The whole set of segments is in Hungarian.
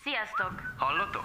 Sziasztok! Hallottok?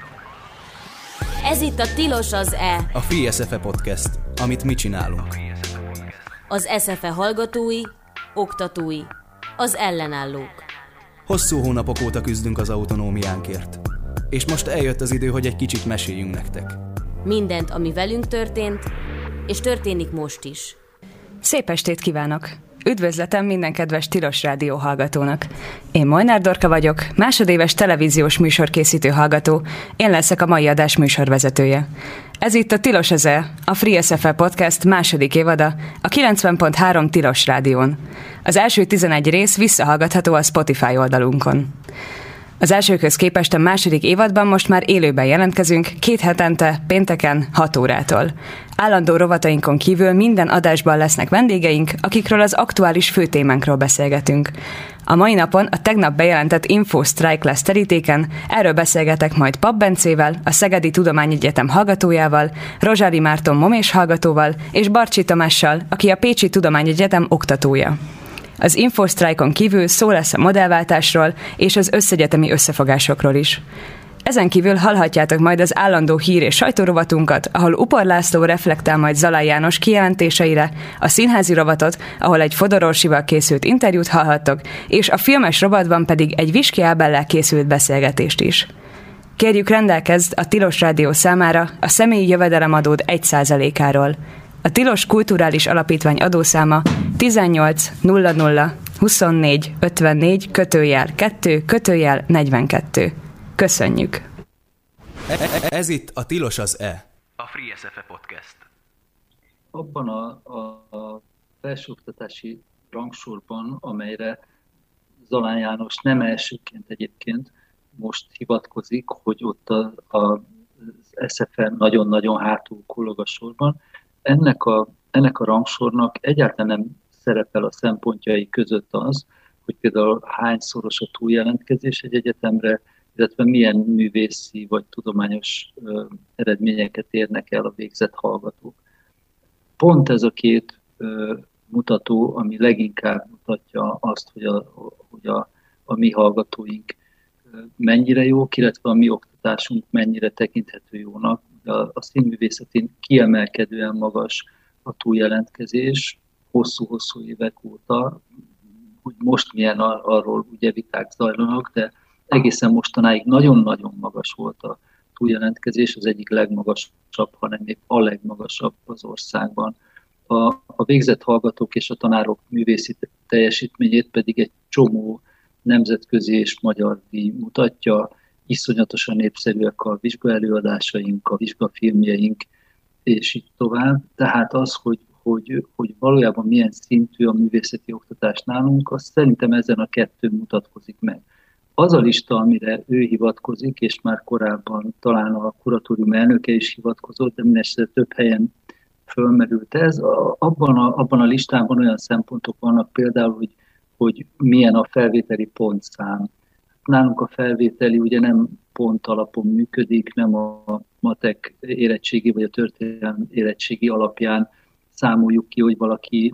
Ez itt a Tilos az E. A Free SFE Podcast, amit mi csinálunk. Az SFE hallgatói, oktatói, az ellenállók. Hosszú hónapok óta küzdünk az autonómiánkért. És most eljött az idő, hogy egy kicsit meséljünk nektek. Mindent, ami velünk történt, és történik most is. Szép estét kívánok! Üdvözletem minden kedves Tilos Rádió hallgatónak. Én Molnár Dorka vagyok, másodéves televíziós műsorkészítő hallgató, én leszek a mai adás műsorvezetője. Ez itt a Tilos az E, a Free SFE Podcast második évada, a 90.3 Tilos Rádión. Az első 11 rész visszahallgatható a Spotify oldalunkon. Az elsőkhöz képest a második évadban most már élőben jelentkezünk, 2 hetente, pénteken, 6 órától. Állandó rovatainkon kívül minden adásban lesznek vendégeink, akikről az aktuális főtémánkról beszélgetünk. A mai napon a tegnap bejelentett InfoStrike lesz terítéken, erről beszélgetek majd Papp Bencével, a Szegedi Tudományegyetem hallgatójával, Rozsári Márton momés hallgatóval és Barcsi Tamással, aki a Pécsi Tudományegyetem oktatója. Az InfoStrike-on kívül szó lesz a modellváltásról és az összegyetemi összefogásokról is. Ezen kívül hallhatjátok majd az állandó hír- és sajtórovatunkat, ahol Upor László reflektál majd Zalai János kijelentéseire, a színházi rovatot, ahol egy Fodor Orsival készült interjút hallhattok, és a filmes rovatban pedig egy Viski Ábellel készült beszélgetést is. Kérjük, rendelkezz a Tilos Rádió számára a személyi jövedelemadód 1%-áról. A Tilos Kulturális Alapítvány adószáma 18 00 24 54 /2 /42. Köszönjük! Ez itt a Tilos az E. A Free SFE Podcast. Abban a felsőoktatási rangsorban, amelyre Zalán János nem elsőként egyébként most hivatkozik, hogy ott az SFE nagyon-nagyon hátul kullog a sorban, ennek a rangsornak egyáltalán nem szerepel a szempontjai között az, hogy például hányszoros a túljelentkezés egy egyetemre, illetve milyen művészi vagy tudományos eredményeket érnek el a végzett hallgatók. Pont ez a 2 mutató, ami leginkább mutatja azt, hogy a mi hallgatóink mennyire jók, illetve a mi oktatásunk mennyire tekinthető jónak. A színművészetén kiemelkedően magas a túljelentkezés hosszú-hosszú évek óta, hogy most milyen arról ugye viták zajlanak, de egészen mostanáig nagyon-nagyon magas volt a túljelentkezés, az egyik legmagasabb, hanem épp a legmagasabb az országban. A végzett hallgatók és a tanárok művészi teljesítményét pedig egy csomó nemzetközi és magyar díj mutatja, iszonyatosan népszerűek a vizsgaelőadásaink, a vizsgafilmjeink, és így tovább. Tehát az, hogy valójában milyen szintű a művészeti oktatás nálunk, az szerintem ezen a 2 mutatkozik meg. Az a lista, amire ő hivatkozik, és már korábban talán a kuratórium elnöke is hivatkozott, de mindenesetre több helyen fölmerült ez. Abban a listában olyan szempontok vannak például, hogy milyen a felvételi pontszám. Nálunk a felvételi ugye nem pont alapon működik, nem a matek érettségi vagy a történelmi érettségi alapján számoljuk ki, hogy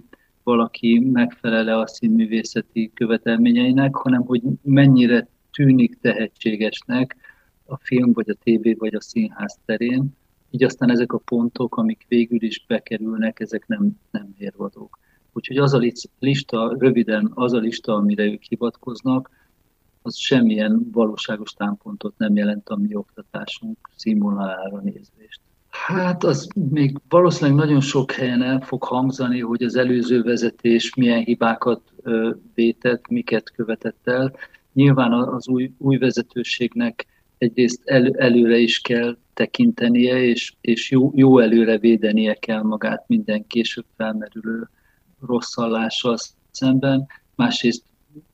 valaki megfelel-e a színművészeti követelményeinek, hanem hogy mennyire tűnik tehetségesnek a film, vagy a tévé, vagy a színház terén. Így aztán ezek a pontok, amik végül is bekerülnek, ezek nem mérvadók. Úgyhogy az a lista, röviden az a lista, amire ők hivatkoznak, az semmilyen valóságos támpontot nem jelent a mi oktatásunk színvonalára nézvést. Hát az még valószínűleg nagyon sok helyen el fog hangzani, hogy az előző vezetés milyen hibákat vétett, miket követett el. Nyilván az új vezetőségnek egyrészt előre is kell tekintenie, és jó előre védenie kell magát minden később felmerülő rosszallással szemben. Másrészt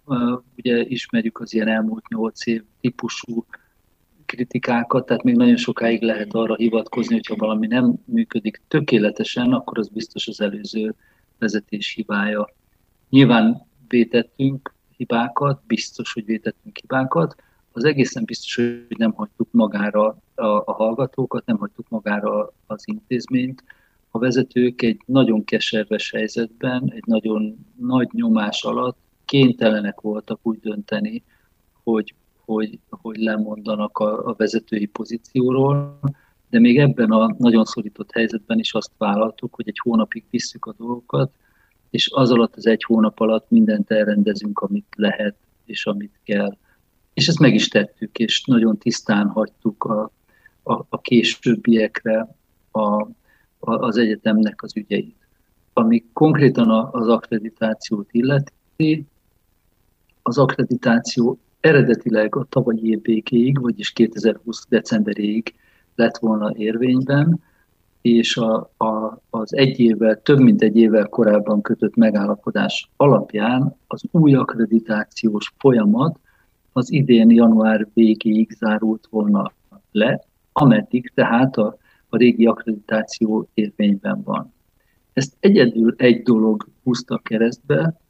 ugye ismerjük az ilyen elmúlt 8 év típusú kritikákat, tehát még nagyon sokáig lehet arra hivatkozni, hogyha valami nem működik tökéletesen, akkor az biztos az előző vezetés hibája. Nyilván vétettünk hibákat, biztos, hogy vétettünk hibákat, az egészen biztos, hogy nem hagytuk magára a hallgatókat, nem hagytuk magára az intézményt. A vezetők egy nagyon keserves helyzetben, egy nagyon nagy nyomás alatt kénytelenek voltak úgy dönteni, hogy hogy lemondanak a vezetői pozícióról, de még ebben a nagyon szorított helyzetben is azt vállaltuk, hogy egy hónapig visszük a dolgokat, és az alatt, az egy hónap alatt mindent elrendezünk, amit lehet, és amit kell. És ezt meg is tettük, és nagyon tisztán hagytuk a későbbiekre az egyetemnek az ügyeit. Ami konkrétan az akkreditációt illeti, az akkreditáció eredetileg a tavalyi év végéig, vagyis 2020 decemberéig lett volna érvényben, és az több mint egy évvel korábban kötött megállapodás alapján az új akkreditációs folyamat az idén január végéig zárult volna le, ameddig tehát a régi akkreditáció érvényben van. Ezt egyedül egy dolog húzta keresztbe,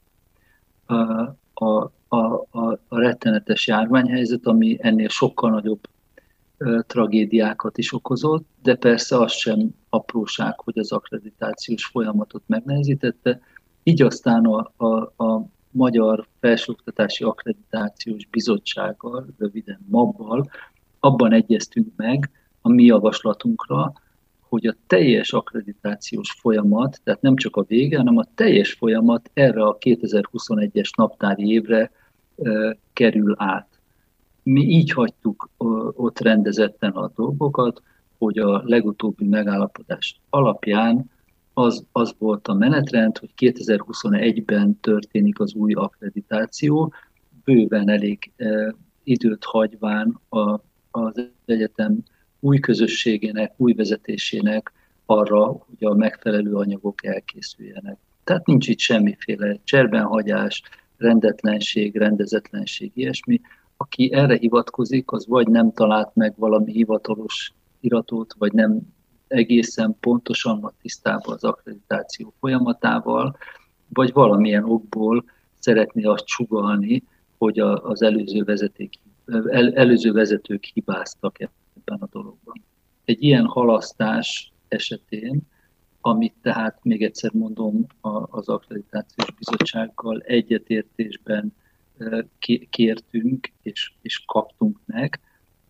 a rettenetes járványhelyzet, ami ennél sokkal nagyobb tragédiákat is okozott, de persze az sem apróság, hogy az akkreditációs folyamatot megnehezítette. Így aztán a Magyar Felsőoktatási Akkreditációs Bizottsággal, röviden MAB-val, abban egyeztünk meg a mi javaslatunkra, hogy a teljes akkreditációs folyamat, tehát nem csak a vége, hanem a teljes folyamat erre a 2021-es naptári évre kerül át. Mi így hagytuk ott rendezetten a dolgokat, hogy a legutóbbi megállapodás alapján az volt a menetrend, hogy 2021-ben történik az új akkreditáció, bőven elég időt hagyván az egyetem új közösségének, új vezetésének arra, hogy a megfelelő anyagok elkészüljenek. Tehát nincs itt semmiféle cserbenhagyás, rendetlenség, rendezetlenség, ilyesmi. Aki erre hivatkozik, az vagy nem talált meg valami hivatalos iratot, vagy nem egészen pontosan van tisztában az akkreditáció folyamatával, vagy valamilyen okból szeretné azt sugallni, hogy az előző vezetők hibáztak ebben a dologban. Egy ilyen halasztás esetén, amit tehát még egyszer mondom, az akkreditációs bizottsággal egyetértésben kértünk és kaptunk meg,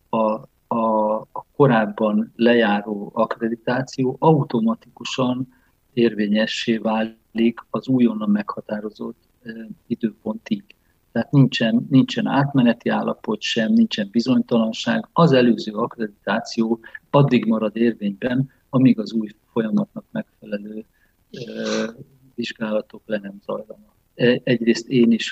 a korábban lejáró akkreditáció automatikusan érvényessé válik az újonnan meghatározott időpontig. Tehát nincsen átmeneti állapot sem, nincsen bizonytalanság. Az előző akkreditáció addig marad érvényben, amíg az új folyamatnak megfelelő vizsgálatok le nem zajlanak. Egyrészt én is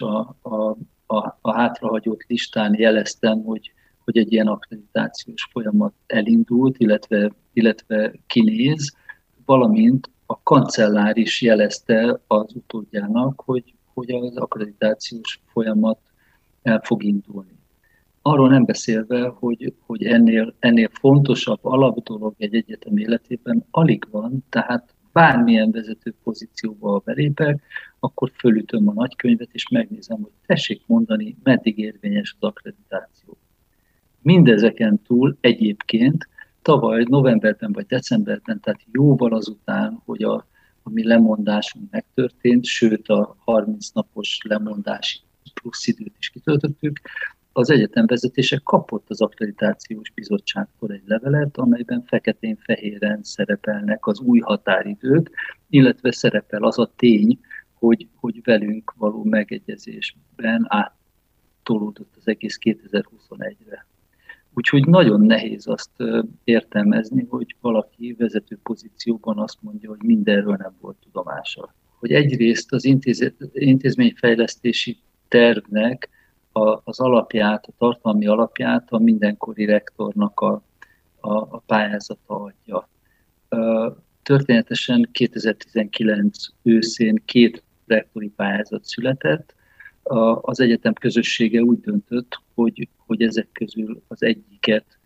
a hátrahagyott listán jeleztem, hogy egy ilyen akkreditációs folyamat elindult, illetve kinéz, valamint a kancellár is jelezte az utódjának, hogy az akkreditációs folyamat el fog indulni. Arról nem beszélve, hogy ennél fontosabb alapdolog egy egyetem életében alig van, tehát bármilyen vezető pozícióba, ha belépek, akkor fölütöm a nagykönyvet, és megnézem, hogy tessék mondani, meddig érvényes az akkreditáció. Mindezeken túl egyébként tavaly novemberben vagy decemberben, tehát jóval azután, hogy a mi lemondásunk megtörtént, sőt a 30 napos lemondási plusz időt is kitöltöttük, az egyetem vezetése kapott az akkreditációs bizottságtól egy levelet, amelyben feketén-fehéren szerepelnek az új határidők, illetve szerepel az a tény, hogy velünk való megegyezésben áttolódott az egész 2021-re. Úgyhogy nagyon nehéz azt értelmezni, hogy valaki vezető pozícióban azt mondja, hogy mindenről nem volt tudomása. Hogy egyrészt az intézményfejlesztési tervnek az alapját, a tartalmi alapját a mindenkori rektornak a pályázata adja. Történetesen 2019 őszén 2 rektori pályázat született. Az egyetem közössége úgy döntött, hogy ezek közül az egyiket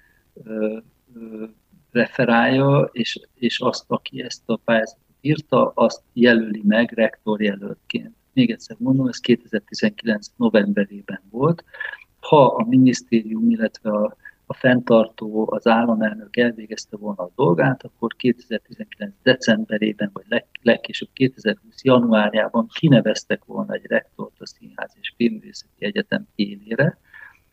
referálja, és azt, aki ezt a pályázatot írta, azt jelöli meg rektorjelöltként. Még egyszer mondom, ez 2019 novemberében volt. Ha a minisztérium, illetve a fenntartó, az államelnök elvégezte volna a dolgát, akkor 2019 decemberében, vagy legkésőbb 2020 januárjában kineveztek volna egy rektort a Színház és Filmművészeti Egyetem élére,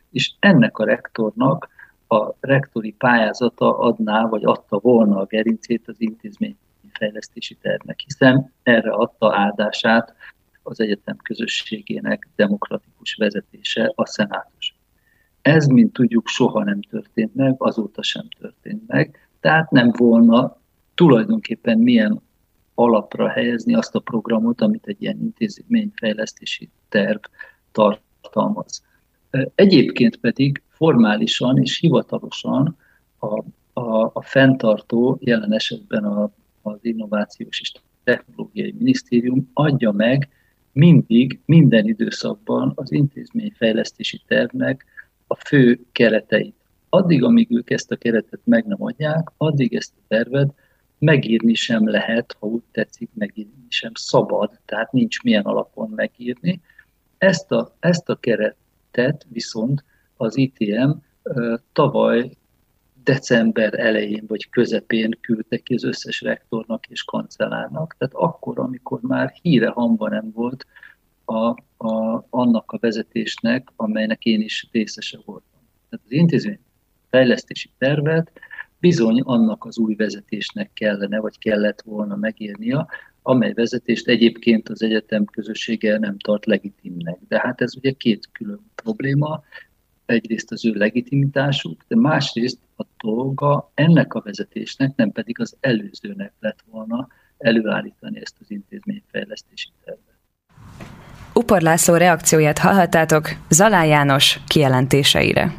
és ennek a rektornak a rektori pályázata adná, vagy adta volna a gerincét az intézményfejlesztési tervnek, hiszen erre adta áldását az egyetem közösségének demokratikus vezetése, a szenátus. Ez, mint tudjuk, soha nem történt meg, azóta sem történt meg, tehát nem volna tulajdonképpen milyen alapra helyezni azt a programot, amit egy ilyen intézményfejlesztési terv tartalmaz. Egyébként pedig formálisan és hivatalosan a fenntartó, jelen esetben az Innovációs és Technológiai Minisztérium adja meg mindig, minden időszakban az intézményfejlesztési tervnek a fő kereteit. Addig, amíg ők ezt a keretet meg nem adják, addig ezt a tervet megírni sem lehet, ha úgy tetszik, megírni sem szabad, tehát nincs milyen alapon megírni. Ezt a keretet viszont az ITM tavaly december elején vagy közepén küldte ki az összes rektornak és kancellárnak, tehát akkor, amikor már híre hamba nem volt annak a vezetésnek, amelynek én is részese voltam. Tehát az intézmény fejlesztési tervet bizony annak az új vezetésnek kellene, vagy kellett volna megírnia, amely vezetést egyébként az egyetem közössége nem tart legitimnek. De hát ez ugye két külön probléma. Egyrészt az ő legitimitásuk, de másrészt a dolga ennek a vezetésnek, nem pedig az előzőnek lett volna előállítani ezt az intézményfejlesztési tervet. Upor László reakcióját hallhattátok Zalán János kijelentéseire.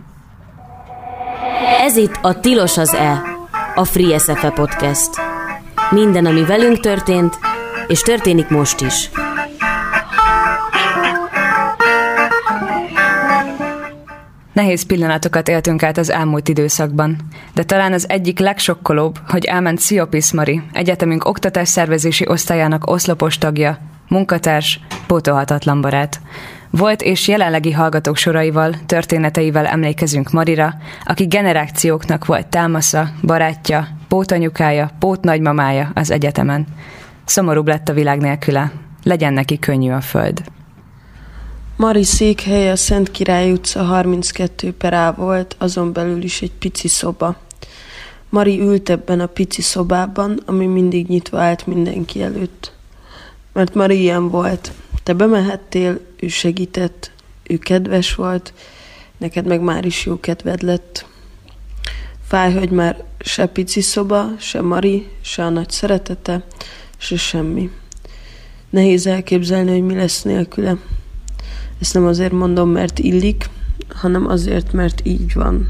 Ez itt a Tilos az E, a Free SFE podcast. Minden, ami velünk történt, és történik most is. Nehéz pillanatokat éltünk át az elmúlt időszakban, de talán az egyik legsokkolóbb, hogy elment Sziopis Mari, egyetemünk oktatásszervezési osztályának oszlopos tagja, munkatárs, pótolhatatlan barát. Volt és jelenlegi hallgatók soraival, történeteivel emlékezünk Marira, aki generációknak volt támasza, barátja, pótanyukája, pótnagymamája az egyetemen. Szomorúbb lett a világ nélküle. Legyen neki könnyű a föld. Mari székhelye a Szent Király utca 32/A volt, azon belül is egy pici szoba. Mari ült ebben a pici szobában, ami mindig nyitva állt mindenki előtt. Mert Mari ilyen volt. Te bemehettél, ő segített, ő kedves volt, neked meg már is jó kedved lett. Fáj, hogy már se pici szoba, se Mari, se a nagy szeretete, se semmi. Nehéz elképzelni, hogy mi lesz nélküle. Ezt nem azért mondom, mert illik, hanem azért, mert így van.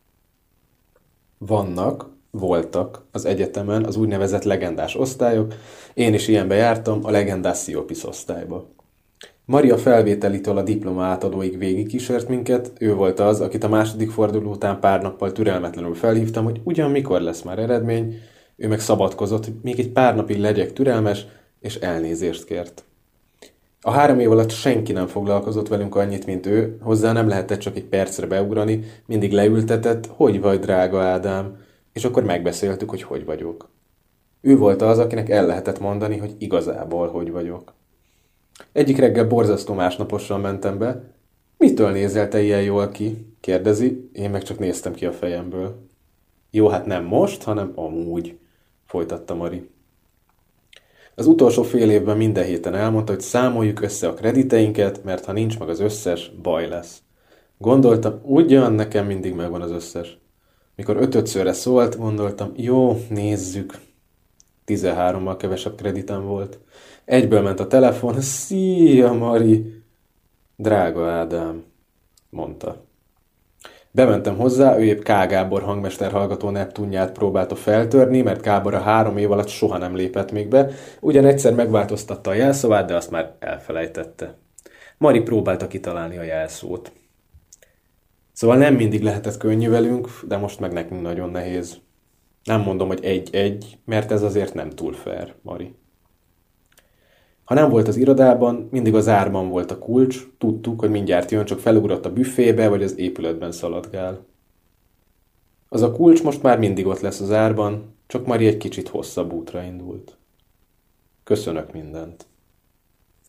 Voltak az egyetemen az úgynevezett legendás osztályok, én is ilyenbe jártam, a legendás Sziopis osztályba. Maria felvételitől a diploma átadóig végigkísért minket, ő volt az, akit a második forduló után pár nappal türelmetlenül felhívtam, hogy ugyan mikor lesz már eredmény, ő meg szabadkozott, hogy még egy pár napig legyek türelmes, és elnézést kért. A 3 év alatt senki nem foglalkozott velünk annyit, mint ő, hozzá nem lehetett csak egy percre beugrani, mindig leültetett, hogy vagy drága Ádám, és akkor megbeszéltük, hogy vagyok. Ő volt az, akinek el lehetett mondani, hogy igazából hogy vagyok. Egyik reggel borzasztó másnapossal mentem be. Mitől nézel te ilyen jól ki? Kérdezi, én meg csak néztem ki a fejemből. Jó, hát nem most, hanem amúgy, folytatta Mari. Az utolsó fél évben minden héten elmondta, hogy számoljuk össze a krediteinket, mert ha nincs meg az összes, baj lesz. Gondoltam, ugyan nekem mindig megvan az összes. Mikor 5-szörre szólt, gondoltam, jó, nézzük. 13-mal kevesebb kreditem volt. Egyből ment a telefon, szia Mari! Drága Ádám, mondta. Bementem hozzá, ő épp K. Gábor hangmesterhallgató Neptunját próbálta feltörni, mert Gábor a 3 év alatt soha nem lépett még be, ugyan egyszer megváltoztatta a jelszavát, de azt már elfelejtette. Mari próbálta kitalálni a jelszót. Szóval nem mindig lehetett könnyű velünk, de most meg nekünk nagyon nehéz. Nem mondom, hogy 1-1, mert ez azért nem túl fair, Mari. Ha nem volt az irodában, mindig az árban volt a kulcs, tudtuk, hogy mindjárt jön, csak felugrott a büfébe, vagy az épületben szaladgál. Az a kulcs most már mindig ott lesz az árban, csak Mari egy kicsit hosszabb útra indult. Köszönök mindent.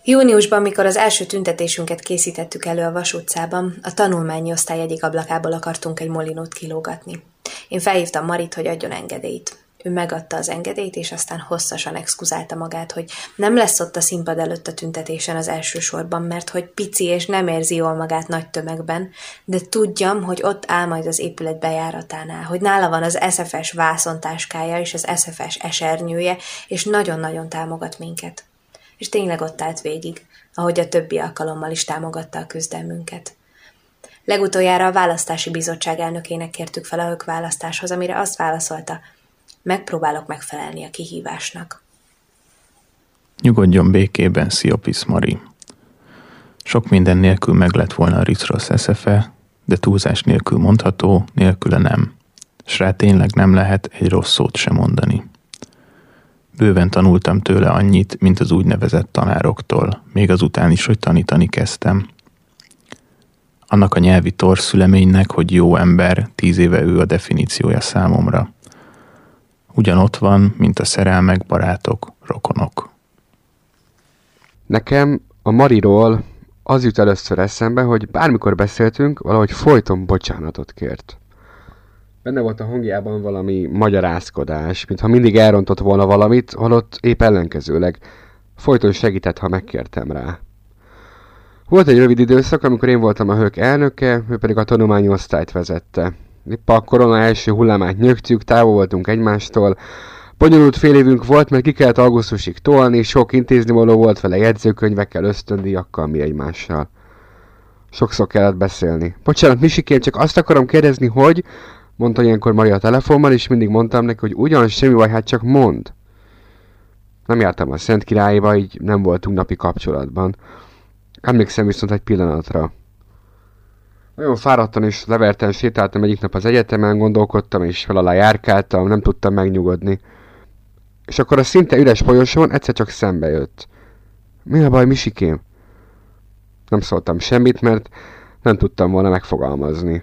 Júniusban, mikor az első tüntetésünket készítettük elő a Vas utcában, a tanulmányi osztály egyik ablakából akartunk egy molinót kilógatni. Én felhívtam Marit, hogy adjon engedélyt. Ő megadta az engedélyt, és aztán hosszasan exkuzálta magát, hogy nem lesz ott a színpad előtt a tüntetésen az első sorban, mert hogy pici és nem érzi jól magát nagy tömegben, de tudjam, hogy ott áll majd az épület bejáratánál, hogy nála van az SFS vászontáskája és az SFS esernyője, és nagyon-nagyon támogat minket. És tényleg ott állt végig, ahogy a többi alkalommal is támogatta a küzdelmünket. Legutoljára a választási bizottság elnökének kértük fel a hökválasztáshoz, amire azt válaszolta: megpróbálok megfelelni a kihívásnak. Nyugodjon békében, Sziopis Mari. Sok minden nélkül meg lett volna a Ricross SFE, de túlzás nélkül mondható, nélküle nem. S rá tényleg nem lehet egy rossz szót sem mondani. Bőven tanultam tőle annyit, mint az úgynevezett tanároktól, még azután is, hogy tanítani kezdtem. Annak a nyelvi torszüleménynek, hogy jó ember, 10 éve ő a definíciója számomra. Ugyanott van, mint a szerelmek, barátok, rokonok. Nekem a Mariról az jut először eszembe, hogy bármikor beszéltünk, valahogy folyton bocsánatot kért. Benne volt a hangjában valami magyarázkodás, mintha mindig elrontott volna valamit, holott épp ellenkezőleg. Folyton segített, ha megkértem rá. Volt egy rövid időszak, amikor én voltam a hők elnöke, ő pedig a tanulmányi osztályt vezette. Épp a korona első hullámát nyögtük, távol voltunk egymástól. Bonyolult fél évünk volt, mert ki kellett augusztusig tolni, sok intéznivaló volt vele, jegyzőkönyvekkel, ösztöndíjakkal, mi egymással. Sokszor kellett beszélni. Bocsánat, Misikém, csak azt akarom kérdezni, hogy... mondta ilyenkor Maria a telefonmal, és mindig mondtam neki, hogy ugyan semmi baj, hát csak mondd. Nem jártam a Szentkirályba, így nem voltunk napi kapcsolatban. Emlékszem viszont egy pillanatra. Nagyon fáradtan és leverten sétáltam egyik nap az egyetemen, gondolkodtam és fel alá járkáltam, nem tudtam megnyugodni. És akkor a szinte üres folyosón egyszer csak szembe jött. Mi a baj, Misikém? Nem szóltam semmit, mert nem tudtam volna megfogalmazni.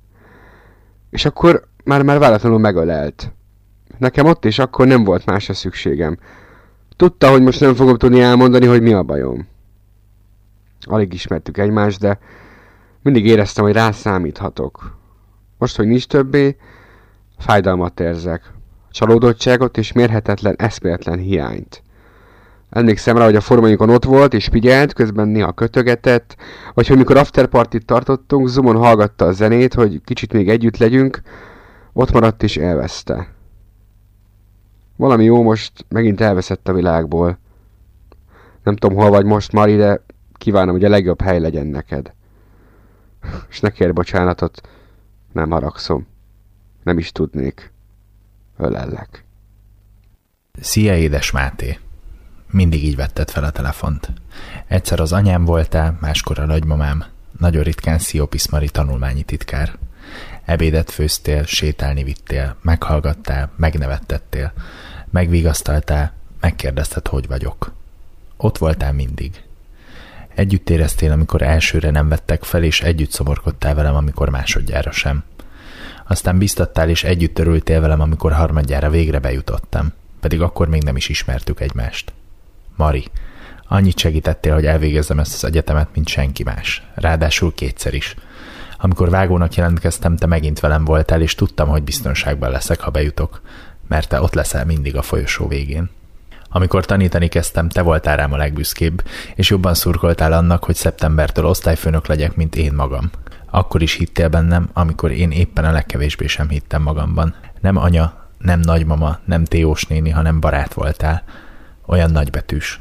És akkor már váratlanul megölelt. Nekem ott és akkor nem volt másra szükségem. Tudta, hogy most nem fogom tudni elmondani, hogy mi a bajom. Alig ismertük egymást, de mindig éreztem, hogy rá számíthatok. Most, hogy nincs többé, fájdalmat érzek. Csalódottságot és mérhetetlen, eszméletlen hiányt. Emlékszem rá, hogy a formainkon ott volt és figyelt, közben néha kötögetett, vagy hogy mikor afterpartit tartottunk, Zoomon hallgatta a zenét, hogy kicsit még együtt legyünk, ott maradt és elveszte. Valami jó most megint elveszett a világból. Nem tudom, hol vagy most, Mari, de kívánom, hogy a legjobb hely legyen neked. És ne kérj bocsánatot, nem haragszom. Nem is tudnék. Ölellek. Szia, édes Máté! Mindig így vetted fel a telefont. Egyszer az anyám voltál, máskor a nagymamám, nagyon ritkán Sziopis Mari tanulmányi titkár. Ebédet főztél, sétálni vittél, meghallgattál, megnevettettél, megvigasztaltál, megkérdezted, hogy vagyok. Ott voltál mindig. Együtt éreztél, amikor elsőre nem vettek fel, és együtt szomorkodtál velem, amikor másodjára sem. Aztán biztattál, és együtt örültél velem, amikor harmadjára végre bejutottam, pedig akkor még nem is ismertük egymást. Mari, annyit segítettél, hogy elvégezzem ezt az egyetemet, mint senki más. Ráadásul 2-szer is. Amikor vágónak jelentkeztem, te megint velem voltál, és tudtam, hogy biztonságban leszek, ha bejutok, mert te ott leszel mindig a folyosó végén. Amikor tanítani kezdtem, te voltál rám a legbüszkébb, és jobban szurkoltál annak, hogy szeptembertől osztályfőnök legyek, mint én magam. Akkor is hittél bennem, amikor én éppen a legkevésbé sem hittem magamban. Nem anya, nem nagymama, nem Téós néni, hanem barát voltál. Olyan nagybetűs.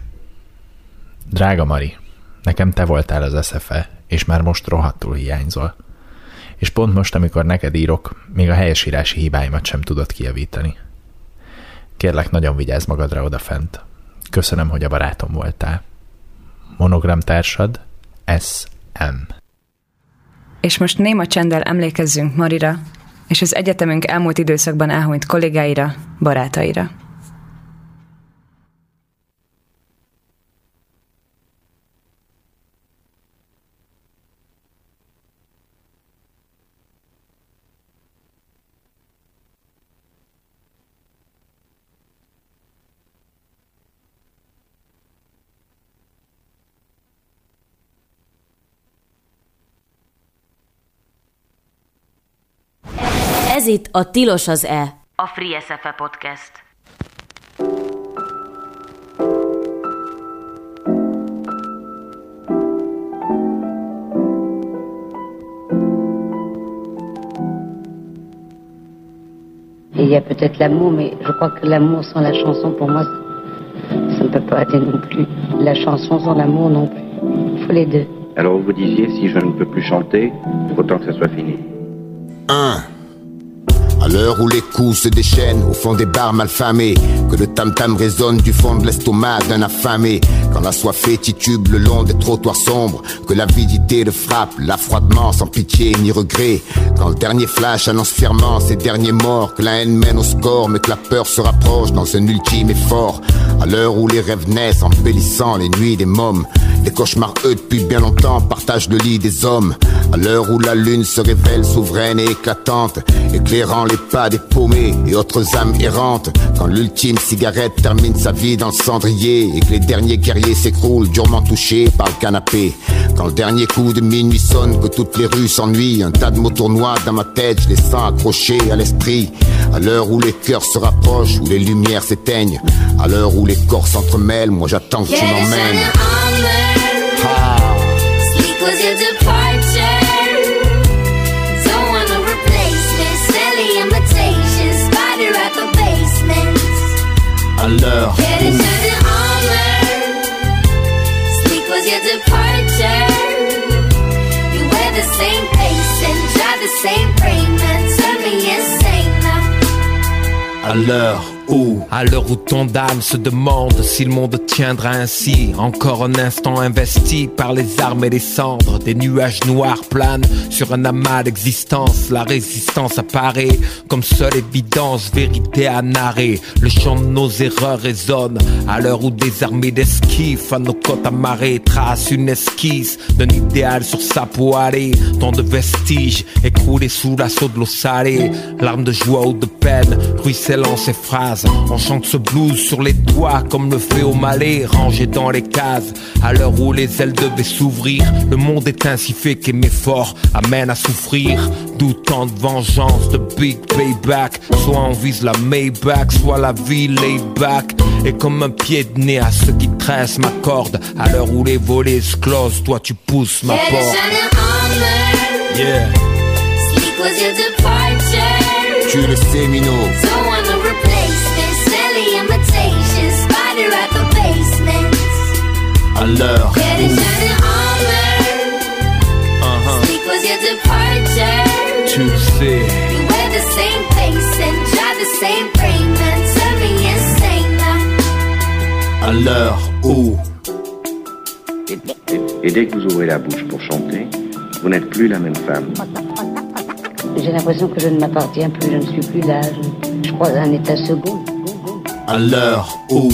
Drága Mari, nekem te voltál az SFE, és már most rohadtul hiányzol. És pont most, amikor neked írok, még a helyesírási hibáimat sem tudod kijavítani. Kérlek, nagyon vigyázz magadra odafent. Köszönöm, hogy a barátom voltál. Monogramtársad S.M. És most néma csenddel emlékezzünk Marira, és az egyetemünk elmúlt időszakban elhunyt kollégáira, barátaira. Ez itt a Tilos az E, a Free SFE Podcast. Il y a peut-être l'amour, mais je crois que l'amour sans la chanson, pour moi, ça ne peut pas aller non plus. La chanson sans l'amour non plus. Il faut les deux. Alors vous disiez, si je ne peux plus chanter, autant que ça soit fini. 1. À l'heure où les coups se déchaînent au fond des bars malfamés, que le tam-tam résonne du fond de l'estomac d'un affamé, quand la soifée titube le long des trottoirs sombres, que l'avidité le frappe, l'affroidement sans pitié ni regret, quand le dernier flash annonce fièrement ses derniers morts, que la haine mène au score mais que la peur se rapproche dans un ultime effort, à l'heure où les rêves naissent embellissant les nuits des mômes, les cauchemars eux depuis bien longtemps partagent le lit des hommes, à l'heure où la lune se révèle souveraine et éclatante, éclairant les pas des paumés et autres âmes errantes, quand l'ultime cigarette termine sa vie dans le cendrier et que les derniers guerriers s'écroulent durement touchés par le canapé, quand le dernier coup de minuit sonne, que toutes les rues s'ennuient, un tas de mots tournoient dans ma tête, je les sens accrochés à l'esprit, à l'heure où les cœurs se rapprochent, où les lumières s'éteignent, à l'heure où les corps s'entremêlent, moi j'attends que tu m'emmènes. Sleep was your departure. Don't want no replacement. Silly imitation. Spider at the basement. À l'heure Get it under armor. Sleep was your departure. You wear the same face and drive the same frame and turn me insane now. À l'heure où ton âme se demande si le monde tiendra ainsi. Encore un instant investi par les armes et les cendres. Des nuages noirs planent sur un amas d'existence. La résistance apparaît comme seule évidence, vérité à narrer. Le chant de nos erreurs résonne à l'heure où des armées d'esquifs à nos côtes amarrées tracent une esquisse d'un idéal sur sa poêlée. Tant de vestiges écroulés sous l'assaut de l'eau salée. Larmes de joie ou de peine ruisselant ces phrases. On chante ce blues sur les toits comme le fait au Malais, rangé dans les cases. À l'heure où les ailes devaient s'ouvrir, le monde est ainsi fait qu'aimer fort amène à souffrir. D'où tant de vengeance, de big payback. Soit on vise la Maybach, soit la vie laid back. Et comme un pied de nez à ceux qui tressent ma corde. À l'heure où les volets se closent, toi tu pousses ma porte. Yeah. Sleep was your departure. Tu le sais, Mino. Don't want no replacement. Silly imitation. Spider at the basement. À l'heure Get it under armor. Sleep was your departure. Tu le sais. You wear the same face and drive the same frame and turn me insane now. À l'heure où Et dès que vous ouvrez la bouche pour chanter, vous n'êtes plus la même femme. J'ai l'impression que je ne m'appartiens plus, je ne suis plus là. Je crois à un état second. À l'heure où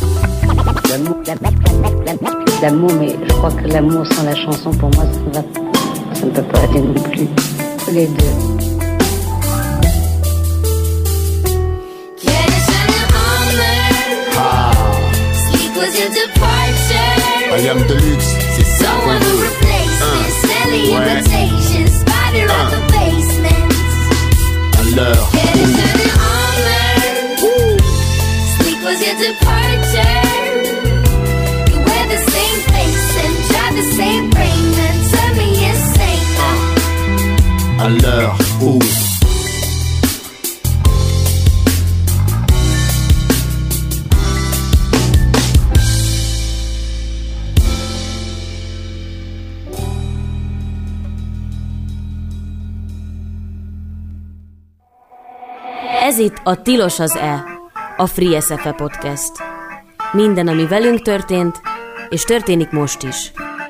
L'amour, mais je crois que l'amour sans la chanson, pour moi, ça ne peut pas aller non plus. Il faut les deux. Sleep was your departure. I am Deluxe, c'est ça Don't qu'on want no veut. replacement. Silly imitation. Spider at the basement. À l'heure Get it under armor. Sleep was your departure. You wear the same face and drive the same frame and turn me insane now. À l'heure où Ez itt a Tilos az E, a Free SFE Podcast. Minden, ami velünk történt, és történik most is.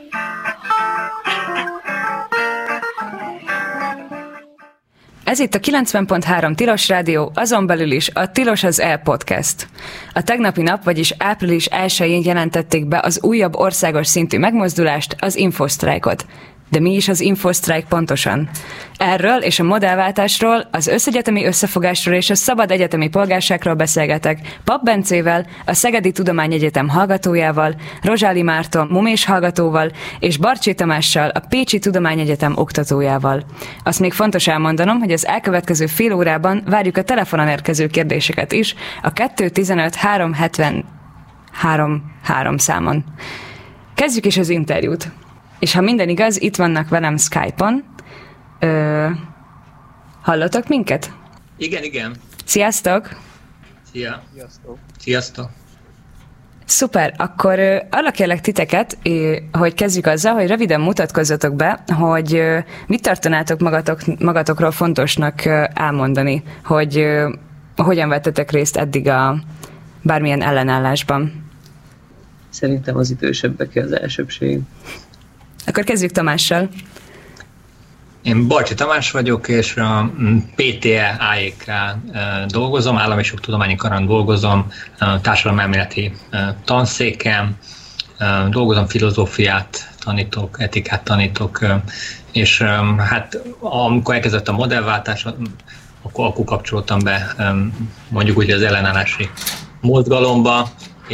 Ez itt a 90.3 Tilos Rádió, azon belül is a Tilos az E Podcast. A tegnapi nap, vagyis április 1-én jelentették be az újabb országos szintű megmozdulást, az infosztrájkot. De mi is az InfoStrike pontosan? Erről és a modellváltásról, az összegyetemi összefogásról és a szabad egyetemi polgárságról beszélgetek Papp Bencével, a Szegedi Tudományegyetem hallgatójával, Rozsáli Márton mumés hallgatóval és Barcsé Tamással, a Pécsi Tudományegyetem oktatójával. Azt még fontos elmondanom, hogy az elkövetkező fél órában várjuk a telefonon érkező kérdéseket is a 215 370 33 számon. Kezdjük is az interjút. És ha minden igaz, itt vannak velem Skype-on. Hallotok minket? Igen. Sziasztok! Sziasztok! Szuper, akkor arra kérlek titeket, hogy kezdjük azzal, hogy röviden mutatkozzatok be, hogy mit tartanátok magatokról fontosnak elmondani, hogy hogyan vettetek részt eddig a bármilyen ellenállásban. Szerintem az idősebbeké az elsőbség. Akkor kezdjük Tamással. Én Barcsé Tamás vagyok, és a PTE AEK dolgozom, Állami és Tudományi Karon dolgozom, társadalomelméleti tanszéken, dolgozom, filozófiát tanítok, etikát tanítok, és hát amikor elkezdett a modellváltás, akkor kapcsoltam be mondjuk úgy az ellenállási mozgalomba,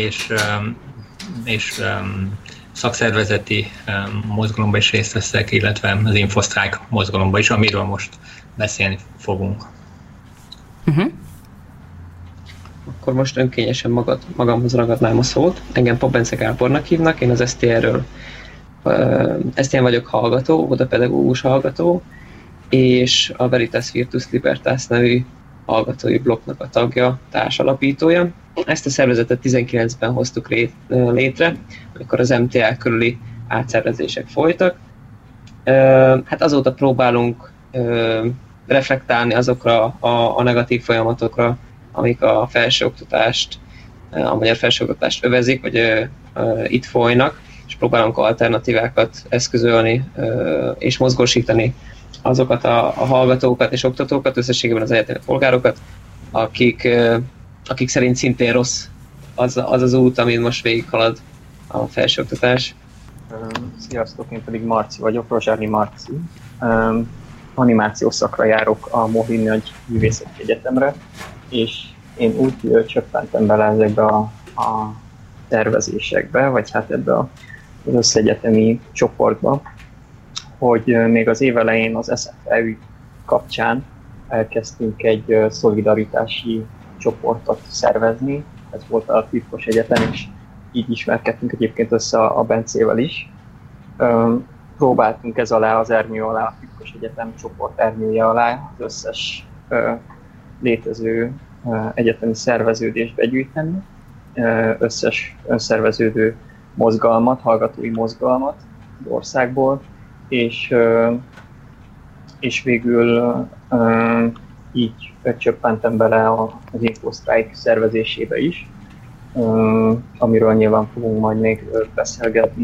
és szakszervezeti mozgalomba is részt veszek, illetve az InfoStrike mozgalomba is, amiről most beszélni fogunk. Akkor most önkényesen magamhoz ragadnám a szót. Engem Papp Bence Gábornak hívnak, én az STR-ről STR vagyok hallgató, óvodapedagógus hallgató, és a Veritas Virtus Libertas nevű hallgatói blokknak a tagja, társalapítója. Ezt a szervezetet 19-ben hoztuk létre, amikor az MTA körüli átszervezések folytak. Hát azóta próbálunk reflektálni azokra a negatív folyamatokra, amik a felsőoktatást, a magyar felsőoktatást övezik, vagy itt folynak, és próbálunk alternatívákat eszközölni és mozgósítani azokat a hallgatókat és oktatókat, összességében az egyetemi polgárokat, akik szerint szintén rossz az út, amin most végighalad a felsőoktatás. Sziasztok, én pedig Marci vagyok, Rozsáli Marci. Animációs szakra járok a Mohin Nagy Művészeti Egyetemre, és én úgy csöppentem bele ezekbe a tervezésekbe, vagy hát ebbe az összeegyetemi csoportba, hogy még az év elején az SFE kapcsán elkezdtünk egy szolidaritási csoportot szervezni. Ez volt a Titkos Egyetem, és így ismerkedtünk egyébként össze a Bencével is. Próbáltunk ez alá, az ernyő alá, a Titkos Egyetem csoport ernyője alá az összes létező egyetemi szerveződést begyűjteni, összes önszerveződő mozgalmat, hallgatói mozgalmat az országból, és végül így csöppentem bele az InfoStrike szervezésébe is, amiről nyilván fogunk majd még beszélgetni.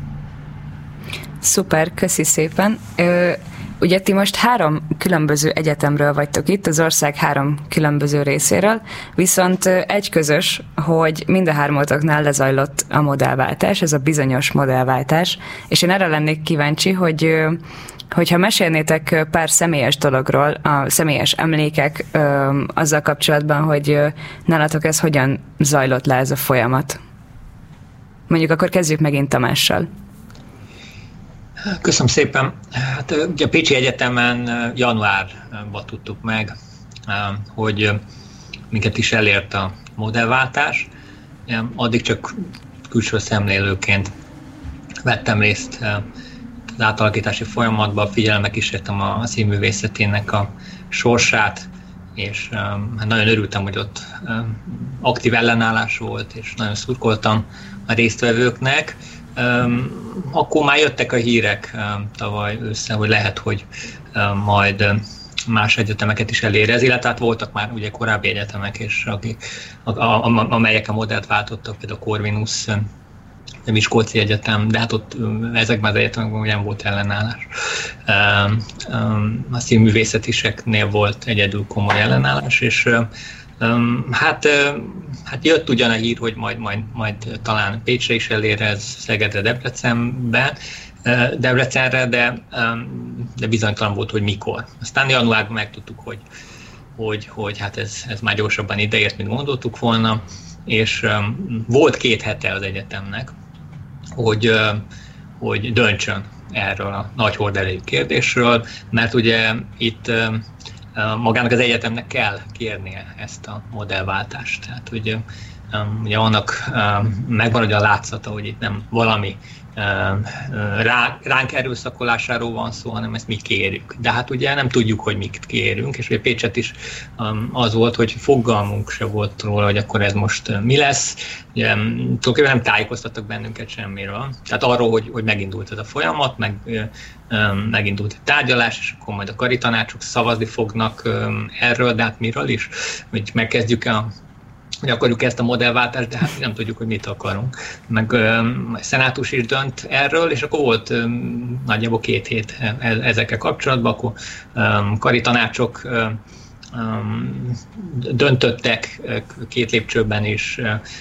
Szuper, köszi szépen. Ugye ti most 3 különböző egyetemről vagytok itt, az ország 3 különböző részéről, viszont egy közös, hogy mind a 3-otoknál lezajlott a modellváltás, ez a bizonyos modellváltás, és én erre lennék kíváncsi, hogyha mesélnétek pár személyes dologról, a személyes emlékek azzal kapcsolatban, hogy nálatok ez hogyan zajlott le ez a folyamat. Mondjuk akkor kezdjük megint Tamással. Köszönöm szépen. Hát ugye a Pécsi Egyetemen januárban tudtuk meg, hogy minket is elért a modellváltás. Addig csak külső szemlélőként vettem részt az átalakítási folyamatban, figyelemmel kísértem a színművészetének a sorsát, és nagyon örültem, hogy ott aktív ellenállás volt, és nagyon szurkoltam a résztvevőknek. Akkor már jöttek a hírek tavaly ősszel, hogy lehet, hogy majd más egyetemeket is elérez, illetve hát voltak már ugye korábbi egyetemek, és amelyek a modellt váltottak, például a Corvinus, a Miskolci Egyetem, de hát ott ezekben az egyetemekben ugyan volt ellenállás. A színművészetiseknél volt egyedül komoly ellenállás, és hát jött ugyan a hír, hogy majd talán Pécsre is elérez, Szegedre, Debrecenben, Debrecenre, de bizonytalan volt, hogy mikor. Aztán januárban megtudtuk, hogy hát ez már gyorsabban ideért, mint gondoltuk volna, és volt 2 hete az egyetemnek, hogy döntsön erről a nagy horderejű kérdésről, mert ugye itt magának az egyetemnek kell kérnie ezt a modellváltást. Tehát ugye annak megvan ugye a látszata, hogy itt nem valami ránk erőszakolásáról van szó, hanem ezt mi kérjük. De hát ugye nem tudjuk, hogy mit kérünk, és ugye Pécset is az volt, hogy fogalmunk se volt róla, hogy akkor ez most mi lesz. Ugye, tulajdonképpen nem tájékoztattak bennünket semmiről. Tehát arról, hogy megindult ez a folyamat, megindult a tárgyalás, és akkor majd a karitanácsok szavazni fognak erről, de hát miről is, hogy megkezdjük hogy akarjuk ezt a modellváltást, de hát nem tudjuk, hogy mit akarunk. Meg a szenátus is dönt erről, és akkor volt nagyjából 2 hét ezekkel kapcsolatban, akkor karitanácsok döntöttek 2 lépcsőben is,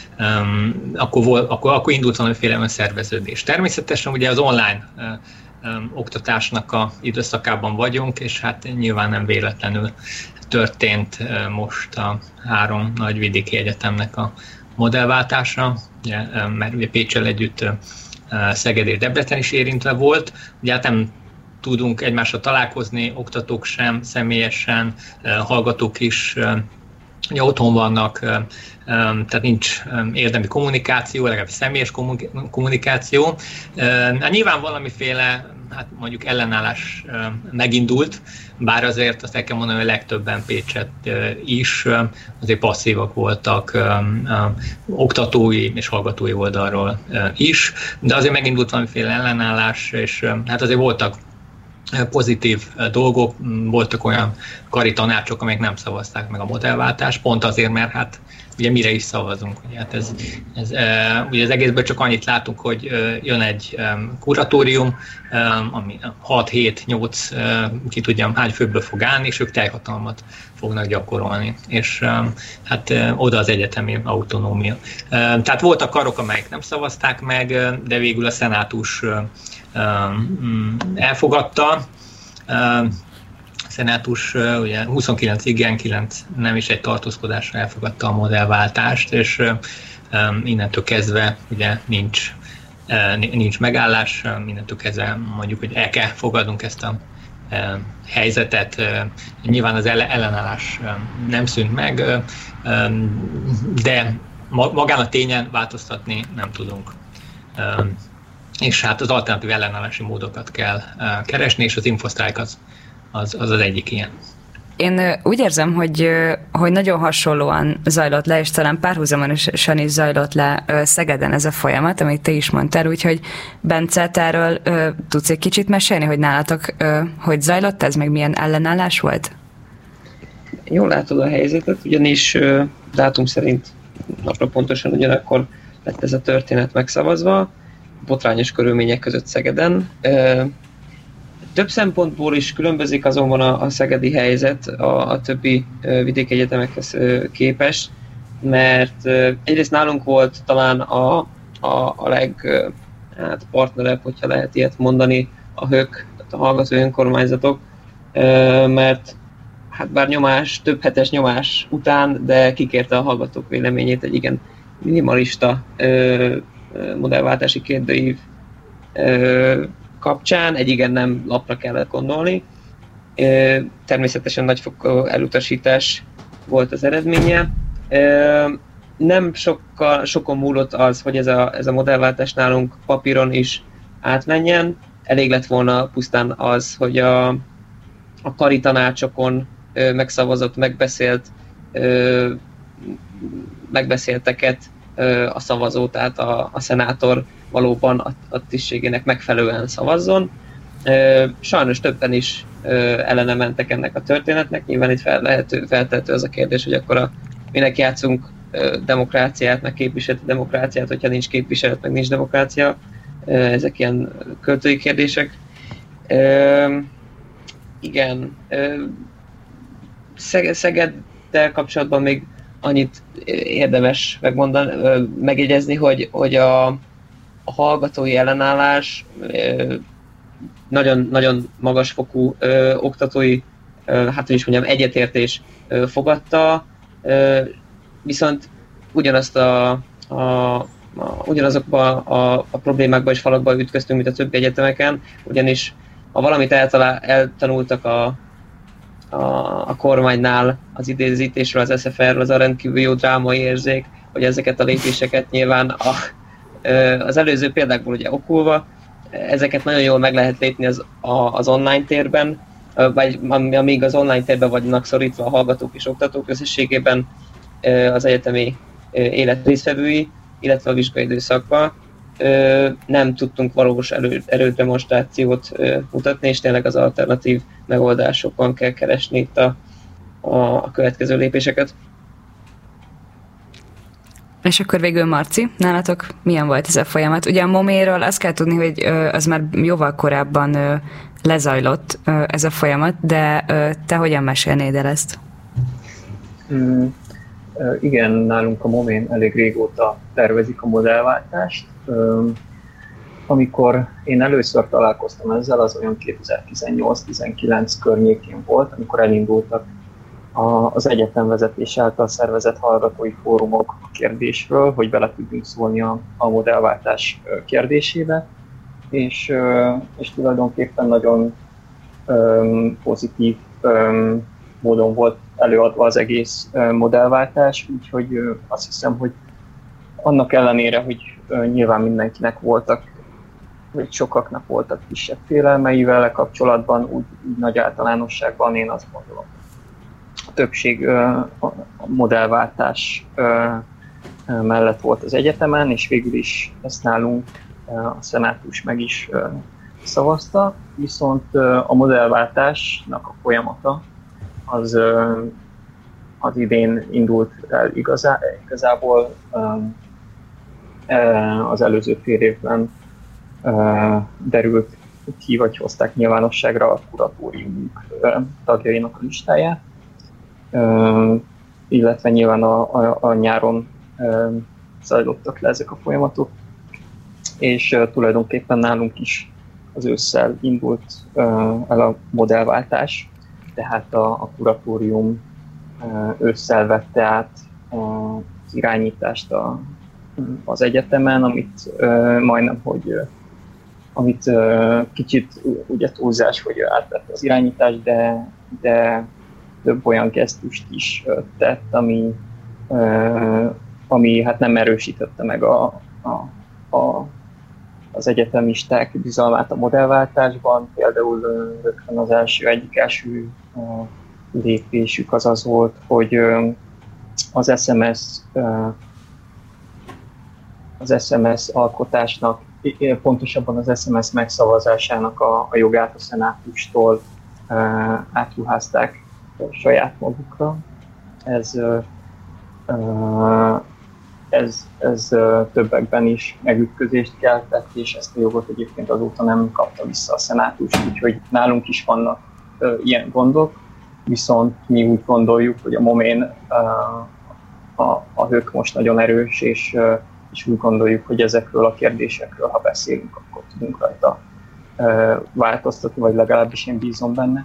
akkor indult valamiféle önszerveződés. Természetesen ugye az online oktatásnak a időszakában vagyunk, és hát nyilván nem véletlenül történt most a 3 nagy vidéki egyetemnek a modellváltása, ugye, mert ugye Péccsel együtt Szeged és Debrecen is érintve volt. Ugye hát nem tudunk egymással találkozni, oktatók sem, személyesen, hallgatók is ugye otthon vannak, tehát nincs érdemi kommunikáció, legalábbis személyes kommunikáció. Nyilván valamiféle, hát mondjuk ellenállás megindult, bár azért azt el kell mondani, hogy a legtöbben Pécset is azért passzívak voltak, oktatói és hallgatói oldalról is, de azért megindult valamiféle ellenállás, és hát azért voltak pozitív dolgok, voltak olyan karitanácsok, amelyek nem szavazták meg a modellváltást, pont azért, mert hát ugye mire is szavazunk. Ugye, hát ugye az egészből csak annyit látunk, hogy jön egy kuratórium, ami 6-7-8, ki tudjam, hány főből fog állni, és ők teljhatalmat fognak gyakorolni. És hát oda az egyetemi autonómia. Tehát voltak karok, amelyek nem szavazták meg, de végül a szenátus elfogadta. Szenátus ugye 29 igen, 9 nem is egy tartózkodásra elfogadta a modellváltást, és innentől kezdve ugye nincs megállás, innentől kezdve mondjuk, hogy el kell fogadnunk ezt a helyzetet. Nyilván az ellenállás nem szűnt meg, de magán a tényen változtatni nem tudunk. És hát az alternatív ellenállási módokat kell keresni, és az infosztrájk az egyik ilyen. Én úgy érzem, hogy nagyon hasonlóan zajlott le, és talán párhuzamosan is zajlott le Szegeden ez a folyamat, amit te is mondtál, úgyhogy Bence, te erről tudsz egy kicsit mesélni, hogy nálatok hogy zajlott ez, meg milyen ellenállás volt? Jól látod a helyzetet, ugyanis dátum szerint napra pontosan ugyanakkor lett ez a történet megszavazva, botrányos körülmények között Szegeden. Több szempontból is különbözik azonban a szegedi helyzet a többi vidéki egyetemekhez képest, mert egyrészt nálunk volt talán a legpartnerebb, hogyha lehet ilyet mondani, a HÖK, a hallgató önkormányzatok, mert hát bár nyomás, több hetes nyomás után, de kikérte a hallgatók véleményét egy igen minimalista modellváltási kérdőív kapcsán, egy igen-nem lapra kellett gondolni. Természetesen nagyfokú elutasítás volt az eredménye. Nem sokon múlott az, hogy ez a modellváltás nálunk papíron is átmenjen. Elég lett volna pusztán az, hogy a karitanácsokon megszavazott, megbeszélteket a szavazó, tehát a szenátor valóban a tisztségének megfelelően szavazzon. Sajnos többen is ellene mentek ennek a történetnek. Nyilván itt feltehető az a kérdés, hogy akkor minek játszunk demokráciát, meg képviseleti demokráciát, hogyha nincs képviselet, meg nincs demokrácia. Ezek ilyen költői kérdések. Igen. Szegeddel kapcsolatban még annyit érdemes megjegyezni, hogy a hallgatói ellenállás nagyon magasfokú oktatói, hát hogy is mondjam, egyetértés fogadta, viszont ugyanazokban a problémákban és falakban ütköztünk, mint a többi egyetemeken, ugyanis ha valamit eltanultak a kormánynál az idézítésről, az SFR-ről, az a rendkívül jó drámai érzék, hogy ezeket a lépéseket nyilván az előző példákból ugye okulva, ezeket nagyon jól meg lehet lépni az online térben, vagy amíg az online térben vagynak szorítva a hallgatók és oktatók összességében az egyetemi élet résztvevői, illetve a vizsgai időszakban nem tudtunk valós erődemonstrációt mutatni, és tényleg az alternatív megoldásokon kell keresni itt a következő lépéseket. És akkor végül Marci, nálatok milyen volt ez a folyamat? Ugye a MOMÉ-ről azt kell tudni, hogy az már jóval korábban lezajlott ez a folyamat, de te hogyan mesélnéd el ezt? Igen, nálunk a MOMÉn elég régóta tervezik a modellváltást. Amikor én először találkoztam ezzel, az olyan 2018-19 környékén volt, amikor elindultak az egyetemvezetés által szervezett hallgatói fórumok a kérdésről, hogy bele tudjunk szólni a modellváltás kérdésébe, és tulajdonképpen nagyon pozitív módon volt előadva az egész modellváltás, úgyhogy azt hiszem, hogy annak ellenére, hogy nyilván mindenkinek voltak, vagy sokaknak voltak kisebb félelmei vele kapcsolatban, úgy nagy általánosságban én azt gondolom, a többség a modellváltás mellett volt az egyetemen, és végül is ezt nálunk a szenátus meg is szavazta, viszont a modellváltásnak a folyamata az idén indult el igazából az előző fél évben derült ki, vagy hozták nyilvánosságra a kuratóriumunk tagjainak a listáját, illetve nyilván a nyáron zajlottak le ezek a folyamatok, és tulajdonképpen nálunk is az ősszel indult el a modellváltás, tehát a kuratórium ősszel vette át az irányítást az egyetemen, amit kicsit ugye túlzás, hogy átvette az irányítást, de több olyan gesztust is tett, ami hát nem erősítette meg az egyetemisták bizalmát a modellváltásban. Például rögtön az egyik első lépésük az volt, hogy az SMS alkotásnak, pontosabban az SMS megszavazásának a jogát a szenátustól átruházták saját magukra. Ez többekben is megütközést keltett, és ezt a jogot egyébként azóta nem kapta vissza a szenátus, úgyhogy nálunk is vannak ilyen gondok, viszont mi úgy gondoljuk, hogy a MOMÉn a hők most nagyon erős, és úgy gondoljuk, hogy ezekről a kérdésekről, ha beszélünk, akkor tudunk rajta változtatni, vagy legalábbis én bízom benne.